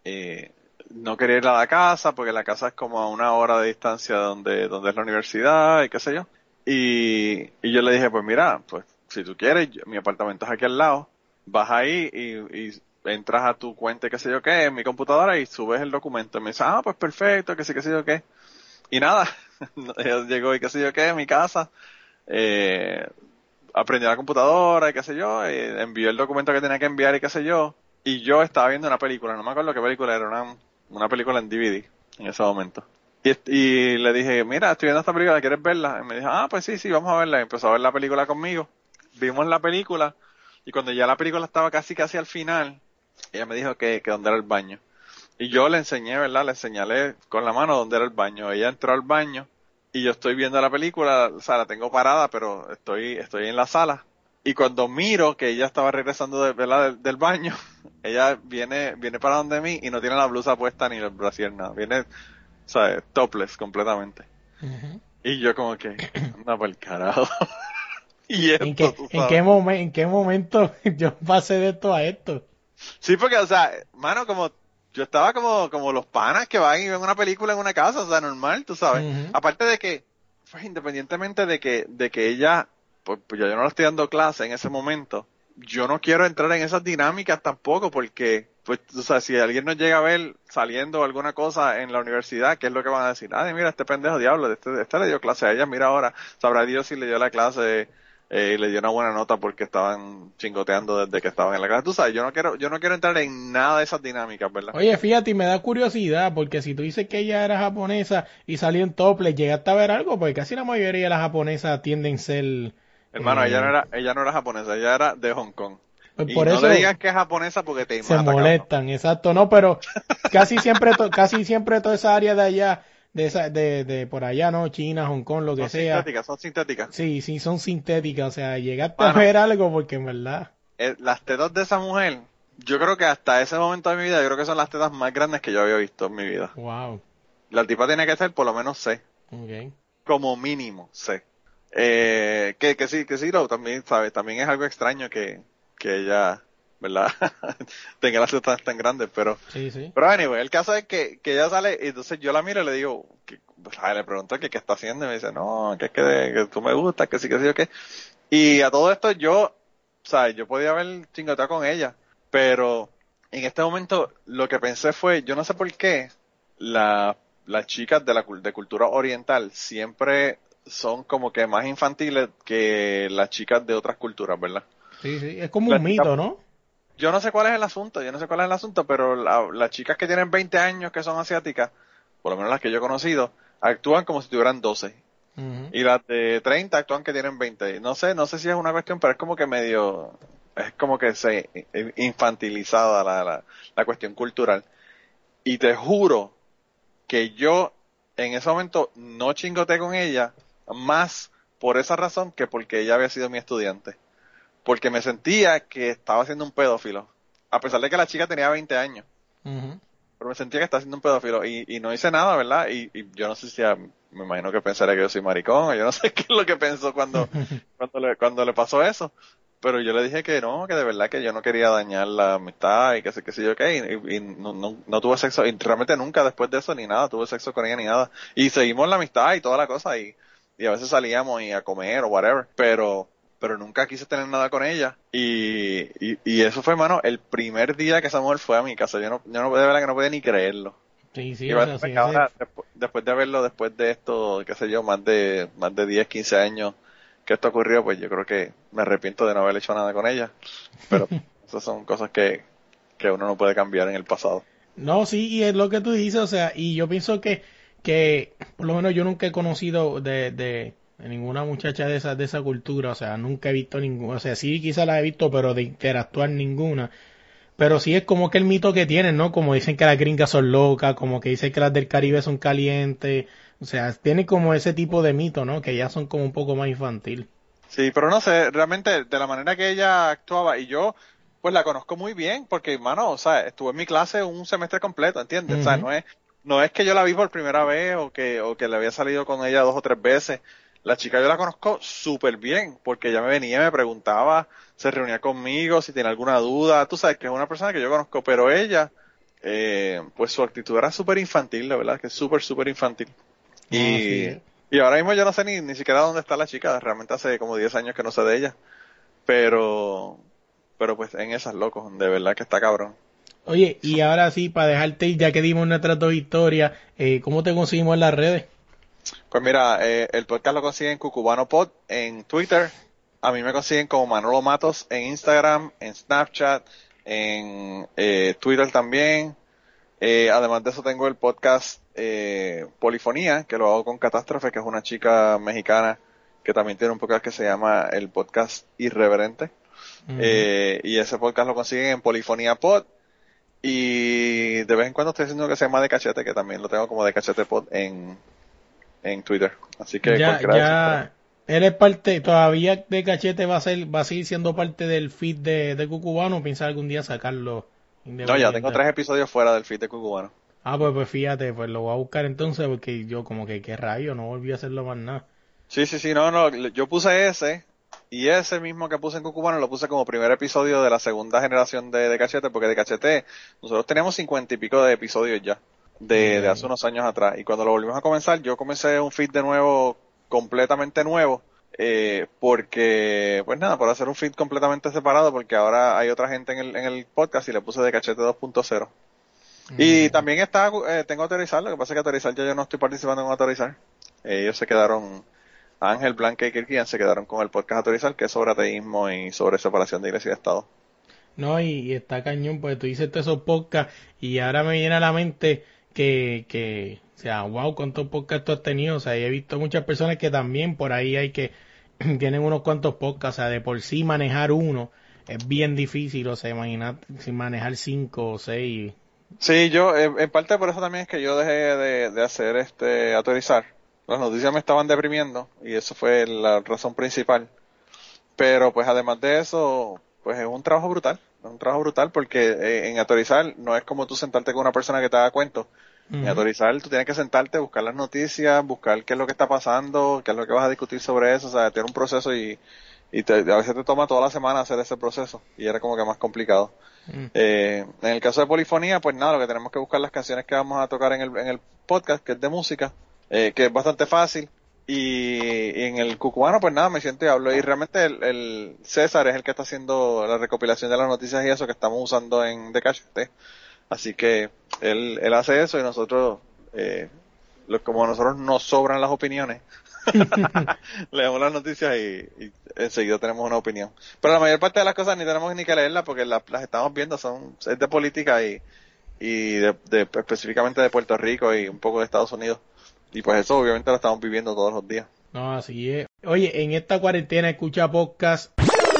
no quería ir a la casa, porque la casa es como a 1 hora de distancia donde es la universidad y qué sé yo. Y yo le dije, pues mira, pues si tú quieres, mi apartamento es aquí al lado, vas ahí y entras a tu cuenta y qué sé yo qué, en mi computadora y subes el documento. Y me dice, pues perfecto, que sí, qué sé yo qué. Y nada, ella llegó y qué sé yo qué, en mi casa, aprendió la computadora y qué sé yo, envió el documento que tenía que enviar y qué sé yo, y yo estaba viendo una película, no me acuerdo qué película era, una película en DVD en ese momento. Y le dije, mira, estoy viendo esta película, ¿quieres verla? Y me dijo, pues sí, vamos a verla. Y empezó a ver la película conmigo. Vimos la película, y cuando ya la película estaba casi al final, ella me dijo que dónde era el baño. Y yo le enseñé, ¿verdad? Le señalé con la mano dónde era el baño. Ella entró al baño, y yo estoy viendo la película, o sea, la tengo parada, pero estoy en la sala. Y cuando miro que ella estaba regresando del baño, ella viene para donde mí y no tiene la blusa puesta ni el brasier, nada. Viene, ¿sabes? Topless completamente.
Uh-huh.
Y yo como que, anda por el carajo. Y esto,
¿En qué momento yo pasé de esto a esto?
Sí, porque, o sea, mano, como yo estaba como los panas que van y ven una película en una casa, o sea, normal, tú sabes.
Uh-huh.
Aparte de que, pues, independientemente de que ella, pues yo no le estoy dando clase en ese momento, yo no quiero entrar en esas dinámicas tampoco, porque, pues, o sea, si alguien nos llega a ver saliendo alguna cosa en la universidad, ¿qué es lo que van a decir? Mira, este pendejo diablo, este le dio clase a ella, mira ahora, sabrá Dios si le dio la clase, le dio una buena nota porque estaban chingoteando desde que estaban en la clase. Tú sabes, yo no quiero entrar en nada de esas dinámicas, ¿verdad?
Oye, fíjate, me da curiosidad, porque si tú dices que ella era japonesa y salió en topless, ¿llegaste a ver algo? Porque casi la mayoría de las japonesas tienden a ser...
Hermano, ella no era japonesa, ella era de Hong Kong.
Pues
y
por
no
eso
le digas que es japonesa porque te
se
mata,
molestan, cabrón. Exacto, no, pero casi siempre toda esa área de allá, de por allá, ¿no? China, Hong Kong, lo que sea.
Son sintéticas.
Sí, son sintéticas, o sea, llegaste a ver algo porque en verdad...
Las tetas de esa mujer, yo creo que hasta ese momento de mi vida, yo creo que son las tetas más grandes que yo había visto en mi vida.
Wow.
La tipa tiene que ser por lo menos C.
Okay.
Como mínimo C. Que sí, también, ¿sabes? También es algo extraño que ella, ¿verdad? tenga las tetas tan grandes, pero...
Sí.
Pero anyway, el caso es que ella sale, y entonces yo la miro y le digo, le pregunto que qué está haciendo, y me dice, no, que tú me gustas, que sí, qué. Y a todo esto yo podía haber chingoteado con ella, pero en este momento lo que pensé fue, yo no sé por qué las chicas de cultura oriental siempre son como que más infantiles que las chicas de otras culturas, ¿verdad?
Sí, es como un mito, ¿no?
Yo no sé cuál es el asunto, pero las chicas que tienen 20 años que son asiáticas, por lo menos las que yo he conocido, actúan como si tuvieran 12. Uh-huh. Y las de 30 actúan que tienen 20. No sé si es una cuestión, pero es como que es como que se infantilizada la cuestión cultural. Y te juro que yo en ese momento no chingoteé con ella más por esa razón que porque ella había sido mi estudiante. Porque me sentía que estaba siendo un pedófilo. A pesar de que la chica tenía 20 años. Uh-huh. Pero me sentía que estaba siendo un pedófilo. Y no hice nada, ¿verdad? Y yo no sé si me imagino que pensaría que yo soy maricón. O yo no sé qué es lo que pensó cuando le pasó eso. Pero yo le dije que no, que de verdad que yo no quería dañar la amistad y que sé yo qué. Y no tuve sexo. Y realmente nunca después de eso ni nada. Tuve sexo con ella ni nada. Y seguimos la amistad y toda la cosa. Y a veces salíamos a comer o whatever. Pero nunca quise tener nada con ella. Y eso fue, mano, el primer día que esa mujer fue a mi casa. Yo no de verdad que no podía ni creerlo.
Sí,
o sea, ahora, después de verlo, después de esto, qué sé yo, más de 10, 15 años que esto ocurrió, pues yo creo que me arrepiento de no haber hecho nada con ella. Pero esas son cosas que uno no puede cambiar en el pasado.
No, sí, y es lo que tú dices, o sea, y yo pienso que por lo menos yo nunca he conocido de ninguna muchacha de esa cultura, o sea, nunca he visto ninguna, o sea, sí quizás la he visto, pero de interactuar ninguna. Pero sí es como que el mito que tienen, ¿no? Como dicen que las gringas son locas, como que dicen que las del Caribe son calientes, o sea, tienen como ese tipo de mito, ¿no? Que ya son como un poco más infantil. Sí,
pero no sé, realmente de la manera que ella actuaba, y yo pues la conozco muy bien, porque, hermano, o sea, estuve en mi clase un semestre completo, ¿entiendes? Uh-huh. O sea, no es que yo la vi por primera vez o que le había salido con ella 2 o 3 veces. La chica yo la conozco súper bien, porque ella me venía, me preguntaba, se reunía conmigo, si tenía alguna duda. Tú sabes que es una persona que yo conozco, pero ella, pues su actitud era súper infantil, la verdad, que es súper infantil.
Sí.
Y ahora mismo yo no sé ni siquiera dónde está la chica, realmente hace como 10 años que no sé de ella. Pero pues en esas, locos, de verdad que está cabrón.
Oye, y ahora sí, para dejarte ir, ya que dimos nuestras dos historias, ¿cómo te conseguimos en las redes?
Pues mira, el podcast lo consiguen Cucubano Pod en Twitter. A mí me consiguen como Manolo Matos en Instagram, en Snapchat, en Twitter también. Además de eso tengo el podcast Polifonía, que lo hago con Catástrofe, que es una chica mexicana que también tiene un podcast que se llama el podcast Irreverente. Y ese podcast lo consiguen en Polifonía Pod. Y de vez en cuando estoy haciendo uno que se llama De Cachete, que también lo tengo como De Cachete Pod en Twitter. Así que
ya eres parte, todavía De Cachete va a seguir siendo parte del feed de Cucubano, ¿piensas algún día sacarlo?
No, ya tengo 3 episodios fuera del feed de Cucubano.
Pues fíjate, pues lo voy a buscar entonces, porque yo como que qué rayo, no volví a hacerlo más nada.
Sí, no, yo puse ese, y ese mismo que puse en Cucubano lo puse como primer episodio de la segunda generación de Cachete, porque De Cachete, nosotros teníamos 50 y pico de episodios ya, de hace unos años atrás, y cuando lo volvimos a comenzar, yo comencé un feed de nuevo, completamente nuevo, porque, pues nada, por hacer un feed completamente separado, porque ahora hay otra gente en el podcast y le puse De Cachete 2.0. Y también tengo Autorizar, lo que pasa es que Autorizar yo no estoy participando en Autorizar. Ellos se quedaron, Ángel, Blanca y Kirkian se quedaron con el podcast Autorizar, que es sobre ateísmo y sobre separación de iglesia y de Estado.
No, y está cañón, pues tú dices todos esos podcasts y ahora me viene a la mente que, o sea, wow, cuántos podcasts tú has tenido, o sea, y he visto muchas personas que también por ahí hay que, tienen unos cuantos podcasts, o sea, de por sí manejar uno es bien difícil, o sea, imagínate si manejar 5 o 6.
Sí, yo, en parte por eso también es que yo dejé de hacer Autorizar. Las noticias me estaban deprimiendo y eso fue la razón principal. Pero pues además de eso, pues es un trabajo brutal porque en Autorizar no es como tú sentarte con una persona que te haga cuento. En Autorizar tú tienes que sentarte, buscar las noticias, buscar qué es lo que está pasando, qué es lo que vas a discutir sobre eso, o sea, tiene un proceso y a veces te toma toda la semana hacer ese proceso y era como que más complicado. En el caso de Polifonía, pues nada, lo que tenemos que buscar las canciones que vamos a tocar en el podcast, que es de música, que es bastante fácil. Y en el Cucubano, pues nada, me siento y hablo. Y realmente el César es el que está haciendo la recopilación de las noticias y eso que estamos usando en De Cachete. Así que él hace eso y nosotros, como a nosotros nos sobran las opiniones, leemos las noticias y enseguida tenemos una opinión. Pero la mayor parte de las cosas ni tenemos ni que leerlas porque las estamos viendo, es de política y específicamente de Puerto Rico y un poco de Estados Unidos. Y pues eso obviamente lo estamos viviendo todos los días.
No, así es. Oye, en esta cuarentena escucha podcast.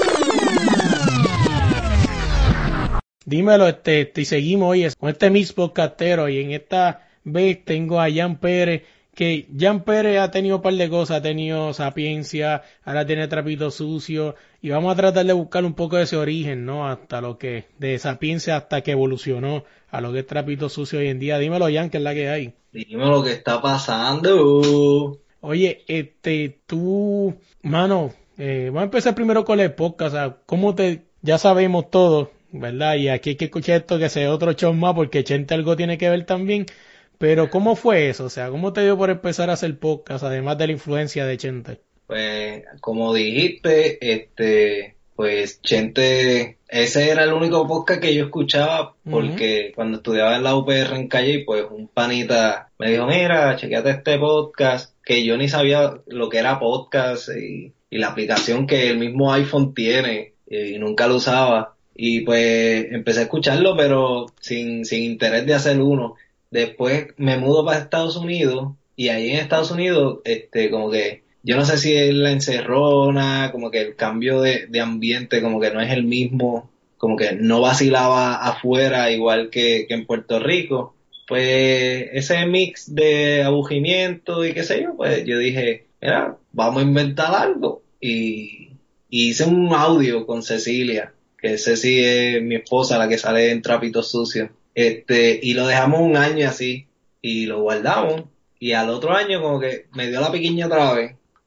Dímelo, y seguimos hoy con este mix podcastero y en esta vez tengo a Jan Pérez, que Jan Pérez ha tenido un par de cosas, ha tenido Sapiencia, ahora tiene Trapito Sucio y vamos a tratar de buscar un poco de ese origen, ¿no? Hasta lo que, de Sapiencia hasta que evolucionó a lo que es Trapito Sucio hoy en día. Dímelo, Jan, que es la que hay.
Dime lo que está pasando.
Oye, tú, mano, vamos a empezar primero con el podcast, o sea, ya sabemos todo, ¿verdad? Y aquí hay que escuchar esto que sea otro show más porque Chente algo tiene que ver también, pero ¿cómo fue eso? O sea, ¿cómo te dio por empezar a hacer podcast, además de la influencia de Chente?
Pues, como dijiste, pues Chente, ese era el único podcast que yo escuchaba porque cuando estudiaba en la UPR en Calle, pues un panita me dijo, mira, chequéate este podcast, que yo ni sabía lo que era podcast y la aplicación que el mismo iPhone tiene y nunca lo usaba. Y pues empecé a escucharlo, pero sin interés de hacer uno. Después me mudo para Estados Unidos y ahí en Estados Unidos, como que yo no sé si es la encerrona, como que el cambio de ambiente como que no es el mismo, como que no vacilaba afuera igual que en Puerto Rico. Pues ese mix de aburrimiento y qué sé yo, pues yo dije, mira, vamos a inventar algo. Y hice un audio con Cecilia, que Ceci es mi esposa, la que sale en Trapitos Sucios. Y lo dejamos un año así, y lo guardamos. Y al otro año como que me dio la piquiña otra vez.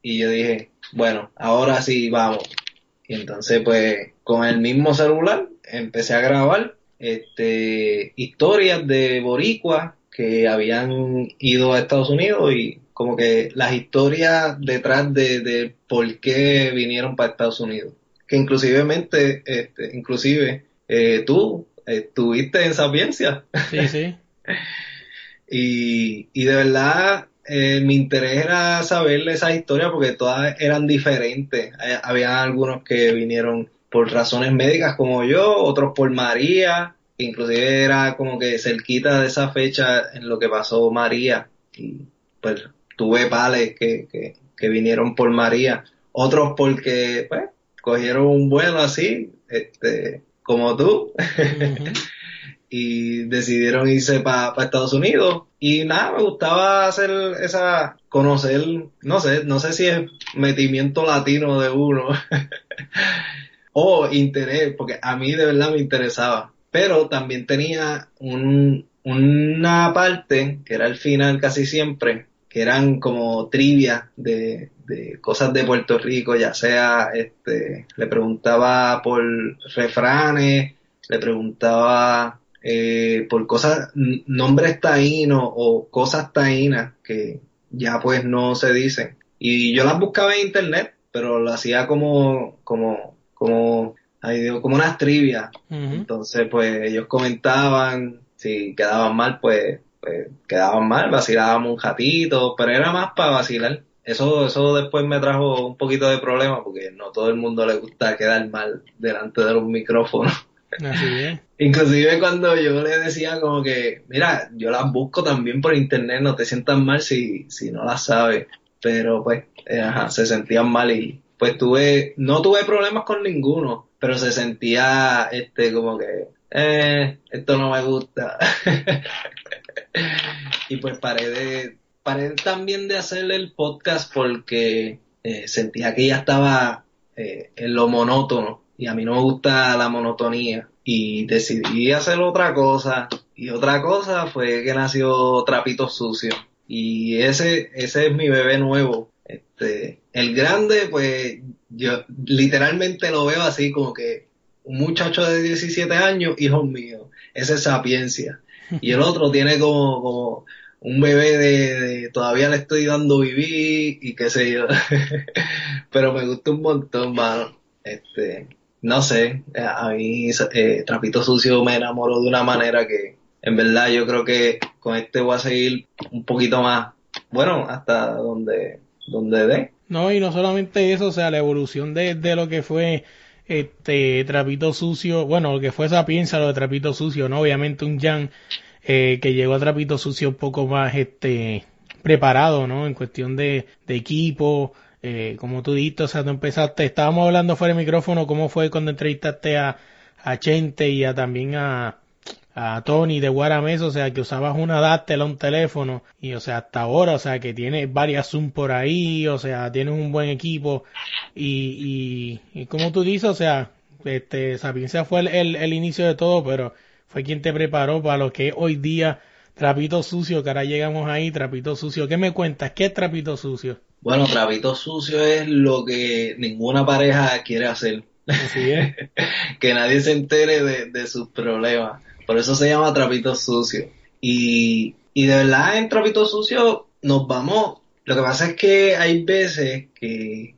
y yo dije, bueno, ahora sí vamos. Y entonces pues con el mismo celular empecé a grabar historias de boricuas que habían ido a Estados Unidos y como que las historias detrás de por qué vinieron para Estados Unidos. Que inclusive tú estuviste en Sapiencia.
Sí, sí.
Y de verdad mi interés era saber esas historias porque todas eran diferentes. Había algunos que vinieron por razones médicas como yo, otros por María, inclusive era como que cerquita de esa fecha en lo que pasó María, y pues tuve pales que vinieron por María, otros porque pues cogieron un vuelo así, como tú,
Uh-huh.
y decidieron irse para Estados Unidos. Y nada, me gustaba conocer, no sé si es metimiento latino de uno o interés, porque a mí de verdad me interesaba. Pero también tenía una parte, que era el final casi siempre, que eran como trivia de cosas de Puerto Rico, ya sea, le preguntaba por refranes, le preguntaba por cosas, nombres taínos o cosas taínas que ya pues no se dicen. Y yo las buscaba en internet, pero lo hacía como unas trivias.
Uh-huh.
Entonces pues ellos comentaban, si quedaban mal pues quedaban mal, vacilábamos un ratito, pero era más para vacilar. Eso después me trajo un poquito de problema porque no todo el mundo le gusta quedar mal delante de los micrófonos.
Así es.
Inclusive cuando yo le decía como que, mira, yo las busco también por internet, no te sientas mal si no las sabes. Pero pues, se sentían mal y pues no tuve problemas con ninguno, pero se sentía como que, esto no me gusta. Y pues paré también de hacer el podcast porque sentía que ya estaba en lo monótono y a mí no me gusta la monotonía y decidí hacer otra cosa, y otra cosa fue que nació Trapito Sucio y ese es mi bebé nuevo. El grande pues yo literalmente lo veo así como que un muchacho de 17 años, hijo mío, ese es Sapiencia. Y el otro tiene como un bebé de todavía le estoy dando vivir y qué sé yo. Pero me gusta un montón, mano. No sé, a mí Trapito Sucio me enamoró de una manera que en verdad yo creo que con voy a seguir un poquito más, bueno, hasta donde dé.
No, y no solamente eso, o sea, la evolución de lo que fue Trapito Sucio, bueno, lo que fue Sapiencia, lo de Trapito Sucio, ¿no? Obviamente un Jan que llegó a Trapito Sucio un poco más preparado, ¿no? En cuestión de equipo, como tú dijiste, o sea, tú empezaste, estábamos hablando fuera de micrófono, cómo fue cuando entrevistaste a Chente y también a Tony de Guaramés, o sea, que usabas una adapter a un teléfono y, o sea, hasta ahora, o sea, que tienes varias Zoom por ahí, o sea, tienes un buen equipo y como tú dices, o sea, Sapiencia fue el inicio de todo, pero fue quien te preparó para lo que es hoy día Trapito Sucio, que ahora llegamos ahí, Trapito Sucio. ¿Qué me cuentas? ¿Qué es Trapito Sucio?
Bueno, Trapito Sucio es lo que ninguna pareja quiere hacer.
Así es.
Que nadie se entere de sus problemas. Por eso se llama Trapito Sucio. Y de verdad en Trapito Sucio nos vamos. Lo que pasa es que hay veces que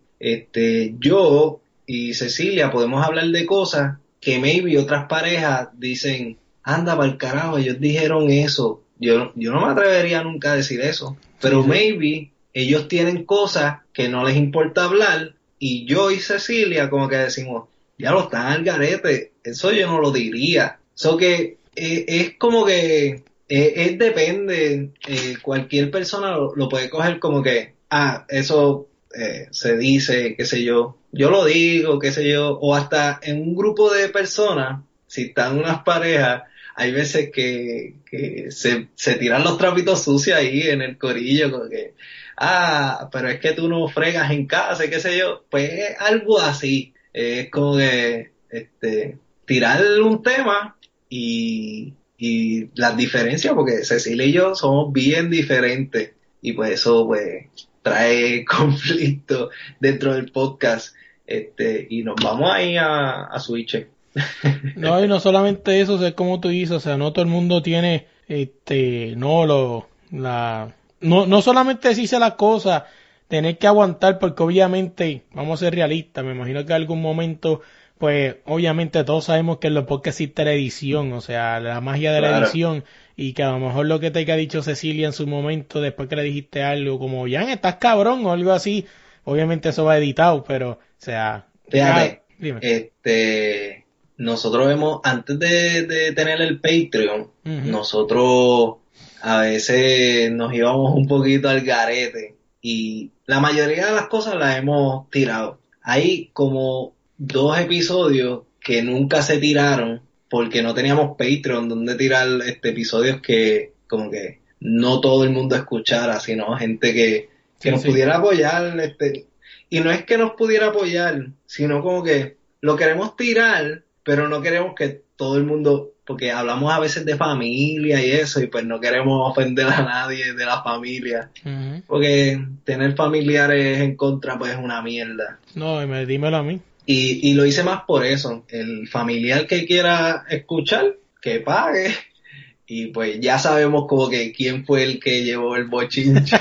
yo y Cecilia podemos hablar de cosas que maybe otras parejas dicen, anda pa'l carajo, ellos dijeron eso. Yo no me atrevería nunca a decir eso. Pero
Sí.
maybe ellos tienen cosas que no les importa hablar y yo y Cecilia como que decimos, ya lo están al garete, eso yo no lo diría. Eso que es como que depende, cualquier persona lo puede coger como que, eso se dice, qué sé yo lo digo, qué sé yo, o hasta en un grupo de personas, si están unas parejas, hay veces que se tiran los trapitos sucios ahí en el corillo, como que, pero es que tú no fregas en casa, qué sé yo, pues algo así, es como que, tirar un tema y las diferencias, porque Cecilia y yo somos bien diferentes, y pues eso, pues, trae conflicto dentro del podcast, y nos vamos ahí a Switch.
No, y no solamente eso, es como tú dices, o sea, no todo el mundo tiene, no solamente decirse las cosas, tener que aguantar, porque obviamente, vamos a ser realistas, me imagino que en algún momento, pues, obviamente todos sabemos que en los podcasts existe la edición, o sea, la magia de la edición, y que a lo mejor lo que te ha dicho Cecilia en su momento, después que le dijiste algo, como, Jan, estás cabrón, o algo así, obviamente eso va editado, pero, o sea,
fíjate,
dime.
Nosotros vemos, antes de tener el Patreon, nosotros a veces nos íbamos un poquito al garete y la mayoría de las cosas las hemos tirado. Hay como 2 episodios que nunca se tiraron porque no teníamos Patreon donde tirar episodios que como que no todo el mundo escuchara, sino gente que nos pudiera apoyar, y no es que nos pudiera apoyar, sino como que lo queremos tirar, pero no queremos que todo el mundo, porque hablamos a veces de familia y eso, y pues no queremos ofender a nadie de la familia, porque tener familiares en contra pues es una mierda.
No, dímelo a mí.
Y lo hice más por eso, el familiar que quiera escuchar, que pague, y pues ya sabemos como que quién fue el que llevó el bochinche.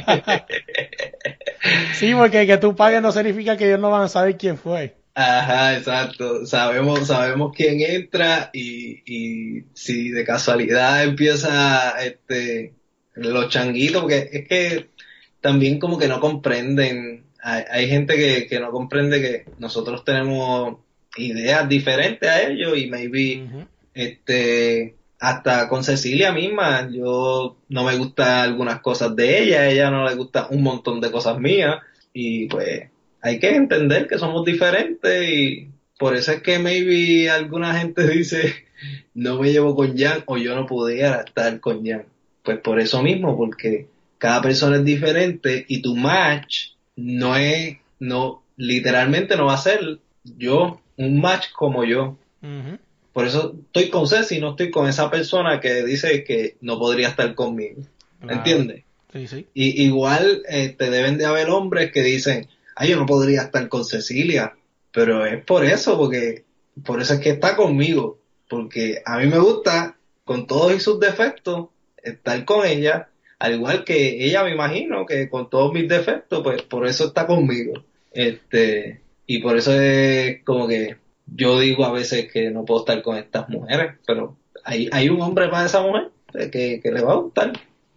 Sí, porque que tú pagues no significa que ellos no van a saber quién fue.
Ajá, exacto. Sabemos quién entra y si de casualidad empieza los changuitos, porque es que también como que no comprenden, hay gente que no comprende que nosotros tenemos ideas diferentes a ellos y maybe hasta con Cecilia misma, yo no me gustan algunas cosas de ella no le gusta un montón de cosas mías y pues hay que entender que somos diferentes y por eso es que maybe alguna gente dice no me llevo con Jan o yo no pudiera estar con Jan. Pues por eso mismo, porque cada persona es diferente y tu match literalmente no va a ser un match como yo. Por eso estoy con Ceci, no estoy con esa persona que dice que no podría estar conmigo. ¿Entiendes?
Sí.
Y igual deben de haber hombres que dicen, yo no podría estar con Cecilia, pero es por eso es que está conmigo, porque a mí me gusta, con todos y sus defectos, estar con ella, al igual que ella me imagino que con todos mis defectos, pues por eso está conmigo. Y por eso es como que yo digo a veces que no puedo estar con estas mujeres, pero hay un hombre para esa mujer que le va a gustar.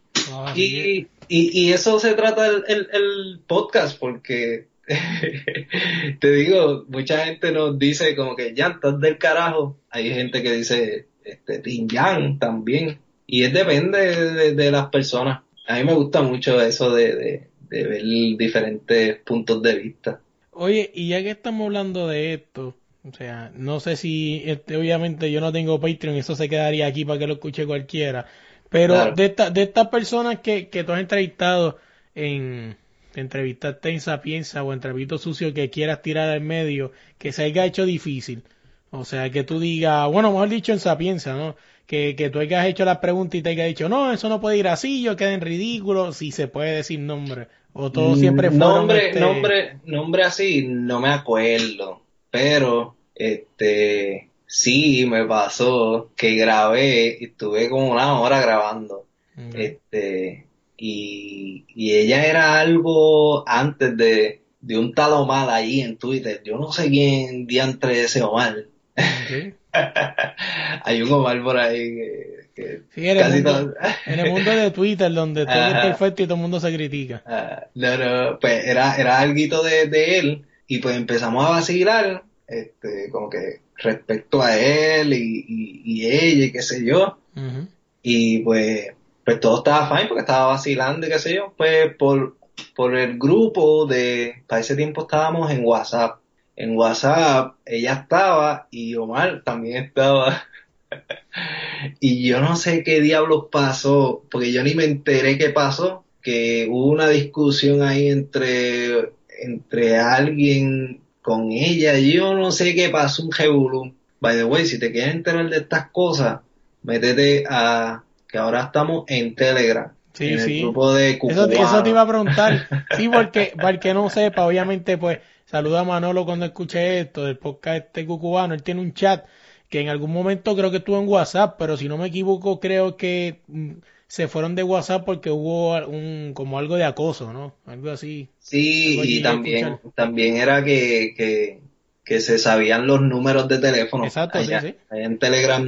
Y eso se trata el podcast, porque te digo, mucha gente nos dice como que Jan, estás del carajo. Hay gente que dice Team Jan también, y depende de las personas. A mí me gusta mucho eso de ver diferentes puntos de vista.
Oye, y ya que estamos hablando de esto, o sea, no sé si, obviamente yo no tengo Patreon, eso se quedaría aquí para que lo escuche cualquiera, pero claro, de estas personas que tú has entrevistado te entrevistaste en Sapienza o en Trapito Sucio que quieras tirar al medio, que se haya hecho difícil, o sea, que tú digas, bueno, mejor dicho en Sapienza, ¿no? Que tú hayas hecho las preguntas y te hayas dicho, no, eso no puede ir así, yo quedé en ridículo, si se puede decir nombre, o todo siempre fueron
nombre así, no me acuerdo, pero sí me pasó que grabé y estuve como 1 hora grabando. Y ella era algo antes de un tal Omar ahí en Twitter. Yo no sé quién diantre ese Omar. Okay. Hay un Omar por ahí que
sí, casi todo. En el mundo de Twitter, donde todo es perfecto y todo el mundo se critica.
No, pues era alguito de él, y pues empezamos a vacilar, como que respecto a él y ella y qué sé yo. Y pues todo estaba fine porque estaba vacilando y qué sé yo. Pues por el grupo para ese tiempo estábamos en WhatsApp. En WhatsApp ella estaba y Omar también estaba. Y yo no sé qué diablos pasó, porque yo ni me enteré qué pasó, que hubo una discusión ahí entre alguien con ella. Yo no sé qué pasó, un revolú. By the way, si te quieres enterar de estas cosas, métete que ahora estamos en Telegram.
Sí,
en el
sí.
grupo de
Eso te
cucubanos.
iba a preguntar. Sí, porque para el que no sepa, obviamente, pues, saluda a Manolo cuando escuche esto del podcast Cucubano. Él tiene un chat que en algún momento creo que estuvo en WhatsApp, pero si no me equivoco, creo que se fueron de WhatsApp porque hubo como algo de acoso, ¿no? Algo así.
Sí,
Algo
y
llegué a escuchar.
también era que se sabían los números de teléfono.
Exacto, sí, sí.
Allá en Telegram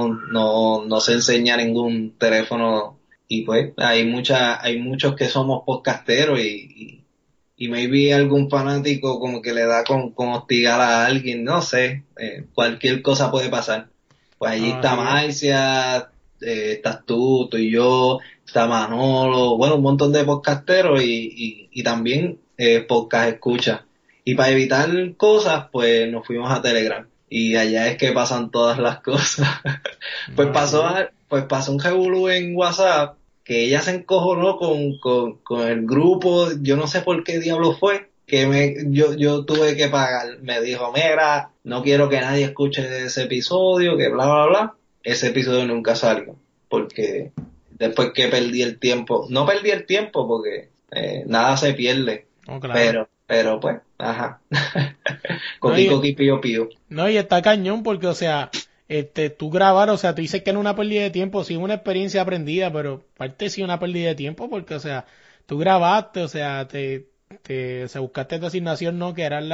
no se enseña ningún teléfono, y pues hay muchos que somos podcasteros y maybe algún fanático como que le da con hostigar a alguien, no sé, cualquier cosa puede pasar. Pues allí está
Así es.
Marcia, estás tú y yo, está Manolo, bueno, un montón de podcasteros y también podcast escucha. Y para evitar cosas, pues nos fuimos a Telegram. Y allá es que pasan todas las cosas. Pues pasó un revolú en WhatsApp que ella se encojonó con el grupo, yo no sé por qué diablo fue, yo tuve que pagar. Me dijo, mira, no quiero que nadie escuche ese episodio, que bla, bla, bla. Ese episodio nunca salió, porque después que perdí el tiempo, no perdí el tiempo porque nada se pierde,
Oh, claro.
pero pues, ajá.
No,
Coqui,
y,
coqui, pío, pío.
no, y está cañón porque, o sea, tú grabar, o sea, tú dices que no es una pérdida de tiempo, sí es una experiencia aprendida, pero parte sí una pérdida de tiempo porque, o sea, tú grabaste, o sea, o sea, buscaste tu asignación, ¿no? Que eran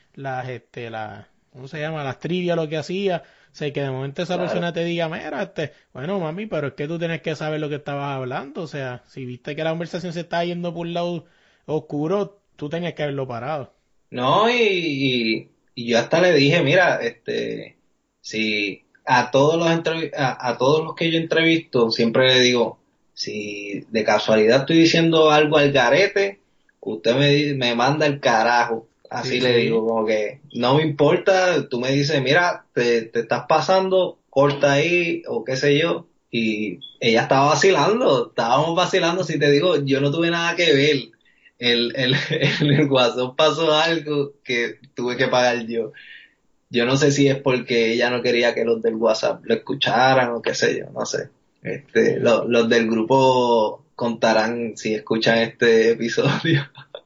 ¿cómo se llama? Las trivias, lo que hacía. O sea, que de momento esa
Claro.
persona te diga, mira, bueno, mami, pero es que tú tienes que saber lo que estabas hablando. O sea, si viste que la conversación se estaba yendo por un lado oscuro, tú tenías que haberlo parado.
No, y yo hasta le dije, mira, si a todos a todos los que yo entrevisto, siempre le digo, si de casualidad estoy diciendo algo al garete, usted me manda el carajo. Así
Sí,
le
sí.
digo, como que no me importa, tú me dices, mira, te estás pasando, corta ahí, o qué sé yo. Y ella estaba vacilando, estábamos vacilando, si te digo, yo no tuve nada que ver. El WhatsApp pasó algo que tuve que pagar yo. Yo no sé si es porque ella no quería que los del WhatsApp lo escucharan o qué sé yo, no sé. Los del grupo contarán si escuchan este episodio.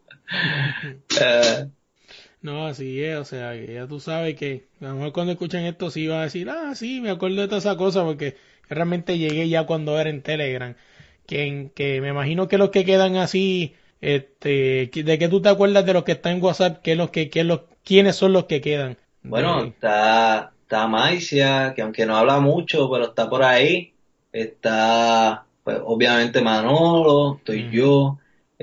No, así es, o sea, que ya tú sabes que a lo mejor cuando escuchan esto sí van a decir, sí, me acuerdo de toda esa cosa porque realmente llegué ya cuando era en Telegram, que me imagino que los que quedan así, de que tú te acuerdas de los que están en WhatsApp, quiénes son los que quedan.
Bueno, está Maicia, que aunque no habla mucho, pero está por ahí. Está, pues, obviamente Manolo, estoy yo.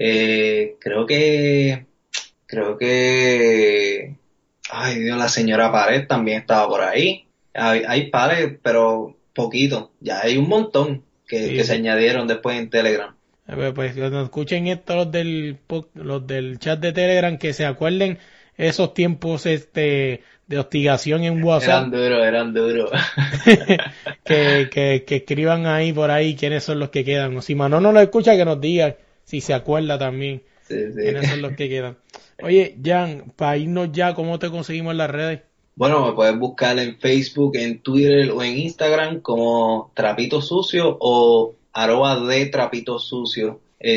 Creo que, ay Dios, la señora Pared también estaba por ahí. Hay pares, pero poquito. Ya hay un montón que se añadieron después en Telegram.
Pues cuando escuchen esto los del chat de Telegram, que se acuerden esos tiempos de hostigación en WhatsApp.
Eran duros.
que escriban ahí por ahí quiénes son los que quedan. O si Manolo no lo escucha, que nos diga si se acuerda también
Sí.
quiénes son los que quedan. Oye, Jan, para irnos ya, ¿cómo te conseguimos en las redes?
Bueno, me puedes buscar en Facebook, en Twitter o en Instagram como Trapito Sucio o @de Trapito Sucio.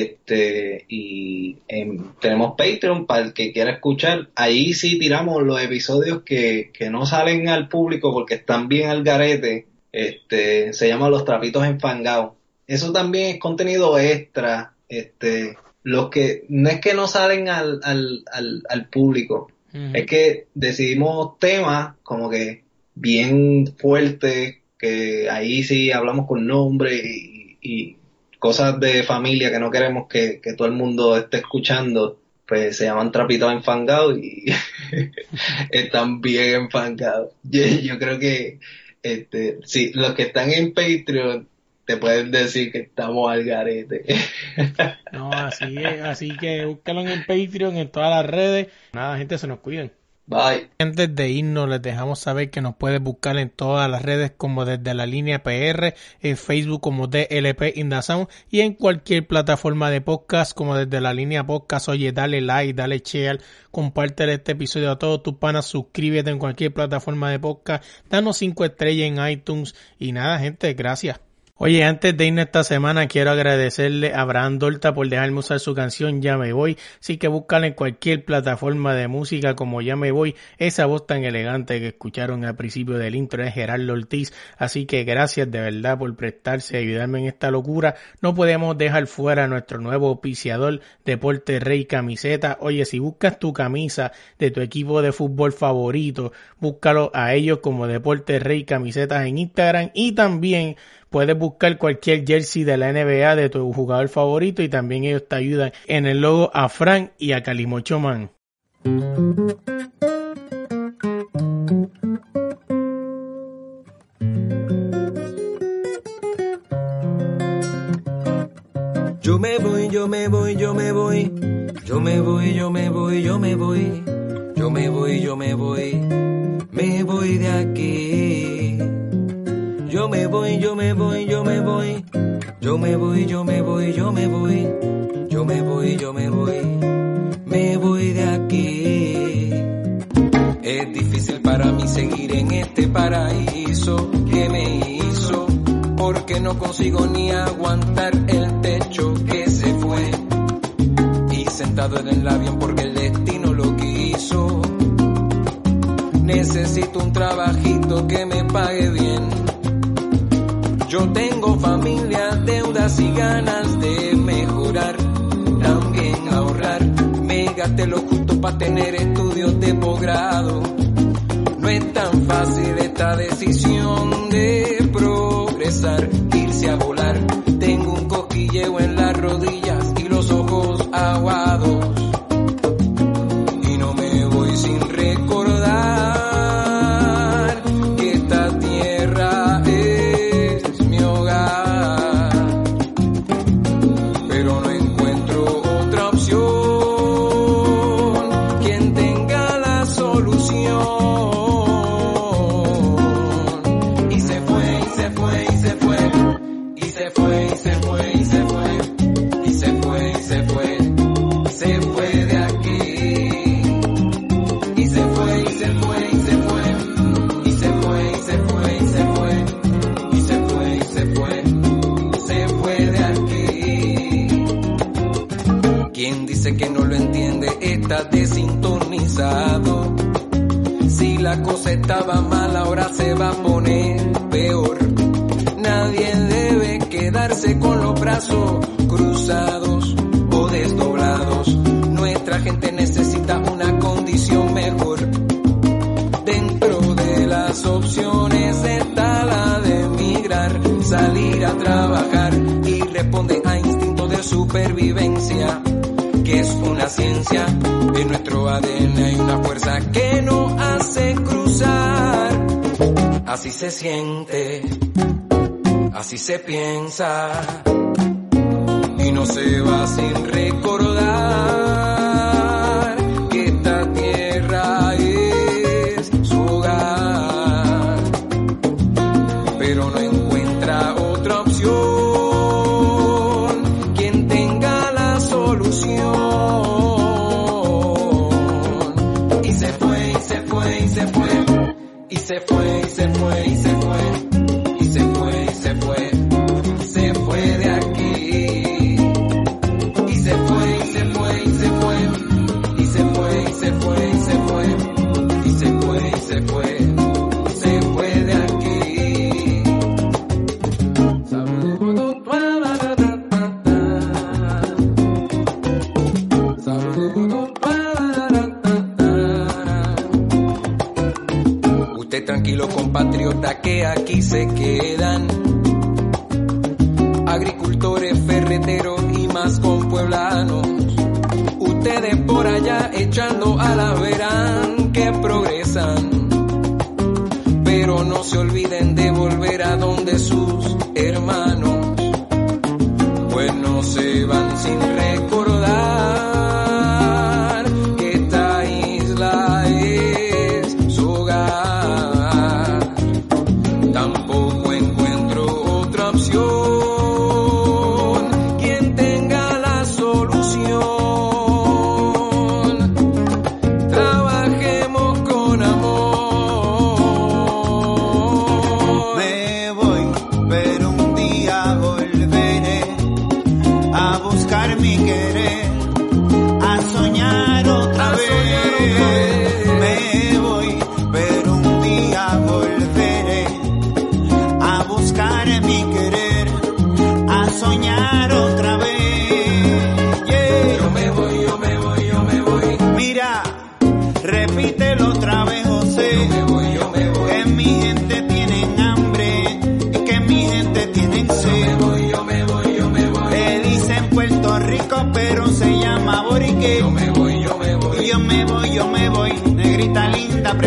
Tenemos Patreon para el que quiera escuchar. Ahí sí tiramos los episodios que no salen al público porque están bien al garete. Se llama Los Trapitos Enfangados. Eso también es contenido extra. Los que no es que no salen al público. Es que decidimos temas como que bien fuertes, que ahí sí hablamos con nombre y cosas de familia que no queremos que todo el mundo esté escuchando, pues se llaman Trapitos Enfangados y están bien enfangados. Yo creo que sí, los que están en Patreon te pueden decir que estamos al garete.
No, así es, así que búscalo en el Patreon, en todas las redes. Nada, gente, se nos cuiden.
Bye.
Antes de irnos, les dejamos saber que nos puedes buscar en todas las redes como Desde la Línea PR, en Facebook como DLP in the Sound y en cualquier plataforma de podcast como Desde la Línea Podcast. Oye, dale like, dale share, comparte este episodio a todos tus panas, suscríbete en cualquier plataforma de podcast, danos 5 estrellas en iTunes y nada, gente, gracias. Oye, antes de irnos esta semana, quiero agradecerle a Abraham Dorta por dejarme usar su canción Ya Me Voy. Así que búscala en cualquier plataforma de música como Ya Me Voy. Esa voz tan elegante que escucharon al principio del intro es Gerardo Ortiz. Así que gracias de verdad por prestarse y ayudarme en esta locura. No podemos dejar fuera a nuestro nuevo auspiciador, Deporte Rey Camiseta. Oye, si buscas tu camisa de tu equipo de fútbol favorito, búscalo a ellos como Deporte Rey Camisetas en Instagram, y también puedes buscar cualquier jersey de la NBA de tu jugador favorito, y también ellos te ayudan en el logo a Frank y a Calimocho Man.
Yo me voy, yo me voy, yo me voy. Yo me voy, yo me voy, yo me voy. Yo me voy, yo me voy. Me voy de aquí. Yo me voy, yo me voy, yo me voy. Yo me voy, yo me voy, yo me voy. Yo me voy, yo me voy. Me voy de aquí. Es difícil para mí seguir en este paraíso que me hizo, porque no consigo ni aguantar el techo que se fue. Y sentado en el avión porque el destino lo quiso. Necesito un trabajito que me pague bien. Yo tengo familia, deudas y ganas de mejorar, también ahorrar. Me gasté lo justo para tener estudios de posgrado. No es tan fácil esta decisión de progresar, irse a volar. Tengo un cosquilleo en las rodillas y los ojos aguados. Y no me voy sin recordar que esta tierra es mi hogar. Pero no encuentro otra opción. Quien tenga la solución. Y se fue, y se fue, y se fue. Y se fue, y se fue, y se fue. Y se fue, y se fue. Se fue de aquí. Y se fue, y se fue, y se fue. Y se fue, y se fue, y se fue. Y se fue, y se fue. Se fue de aquí. Quien dice que no lo entiende está desintonizado. Si la cosa estaba mal, ahora se va a poner peor. Nadie debe quedarse con los brazos cruzados o desdoblados. Nuestra gente necesita una condición mejor. Dentro de las opciones está la de emigrar, salir a trabajar y responde a instinto de supervivencia, que es una ciencia. En nuestro ADN hay una fuerza que nos hace cruzar. Así se siente, así se piensa, y no se va sin recordar que esta tierra es su hogar. Pero no encuentra otra opción. Quien tenga la solución. Y se fue, y se fue, y se fue. Y se fue, y se fue, y se fue. Y se fue, y se fue. Se fue de aquí. Y se fue, y se fue, y se fue. Y se fue, y se fue, y se fue. Y se fue, y se fue. Se fue de aquí. Usted tranquilo, compatriota, que aquí se quedan agricultores, ferreteros y más compueblanos. Ustedes por allá echando alas verán que progresan, pero no se olviden de volver a donde sus hermanos, pues no se van sin recordar que esta isla es su hogar. Tampoco encuentro otra opción. Quien tenga la solución. Trabajemos con amor.
Me voy, pero un día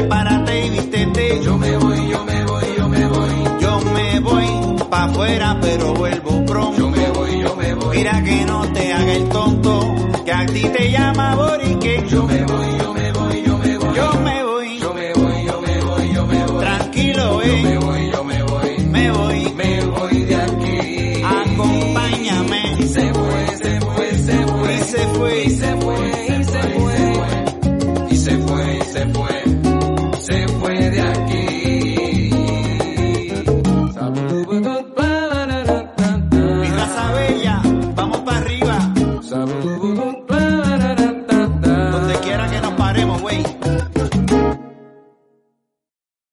prepárate y vístete. Yo me voy, yo me voy, yo me voy. Yo me voy pa' afuera, pero vuelvo pronto. Yo me voy, yo me voy. Mira que no te haga el tonto, que a ti te llama Borique. Yo me voy, yo me voy, yo me voy. Yo me voy, yo me voy, yo me voy, yo me voy. Tranquilo, Yo me voy, yo me voy. Me voy de aquí. Acompáñame. Y se fue, se fue, se fue. Y se fue, y se fue, y se fue. Y se fue, y se fue. Se fue de aquí.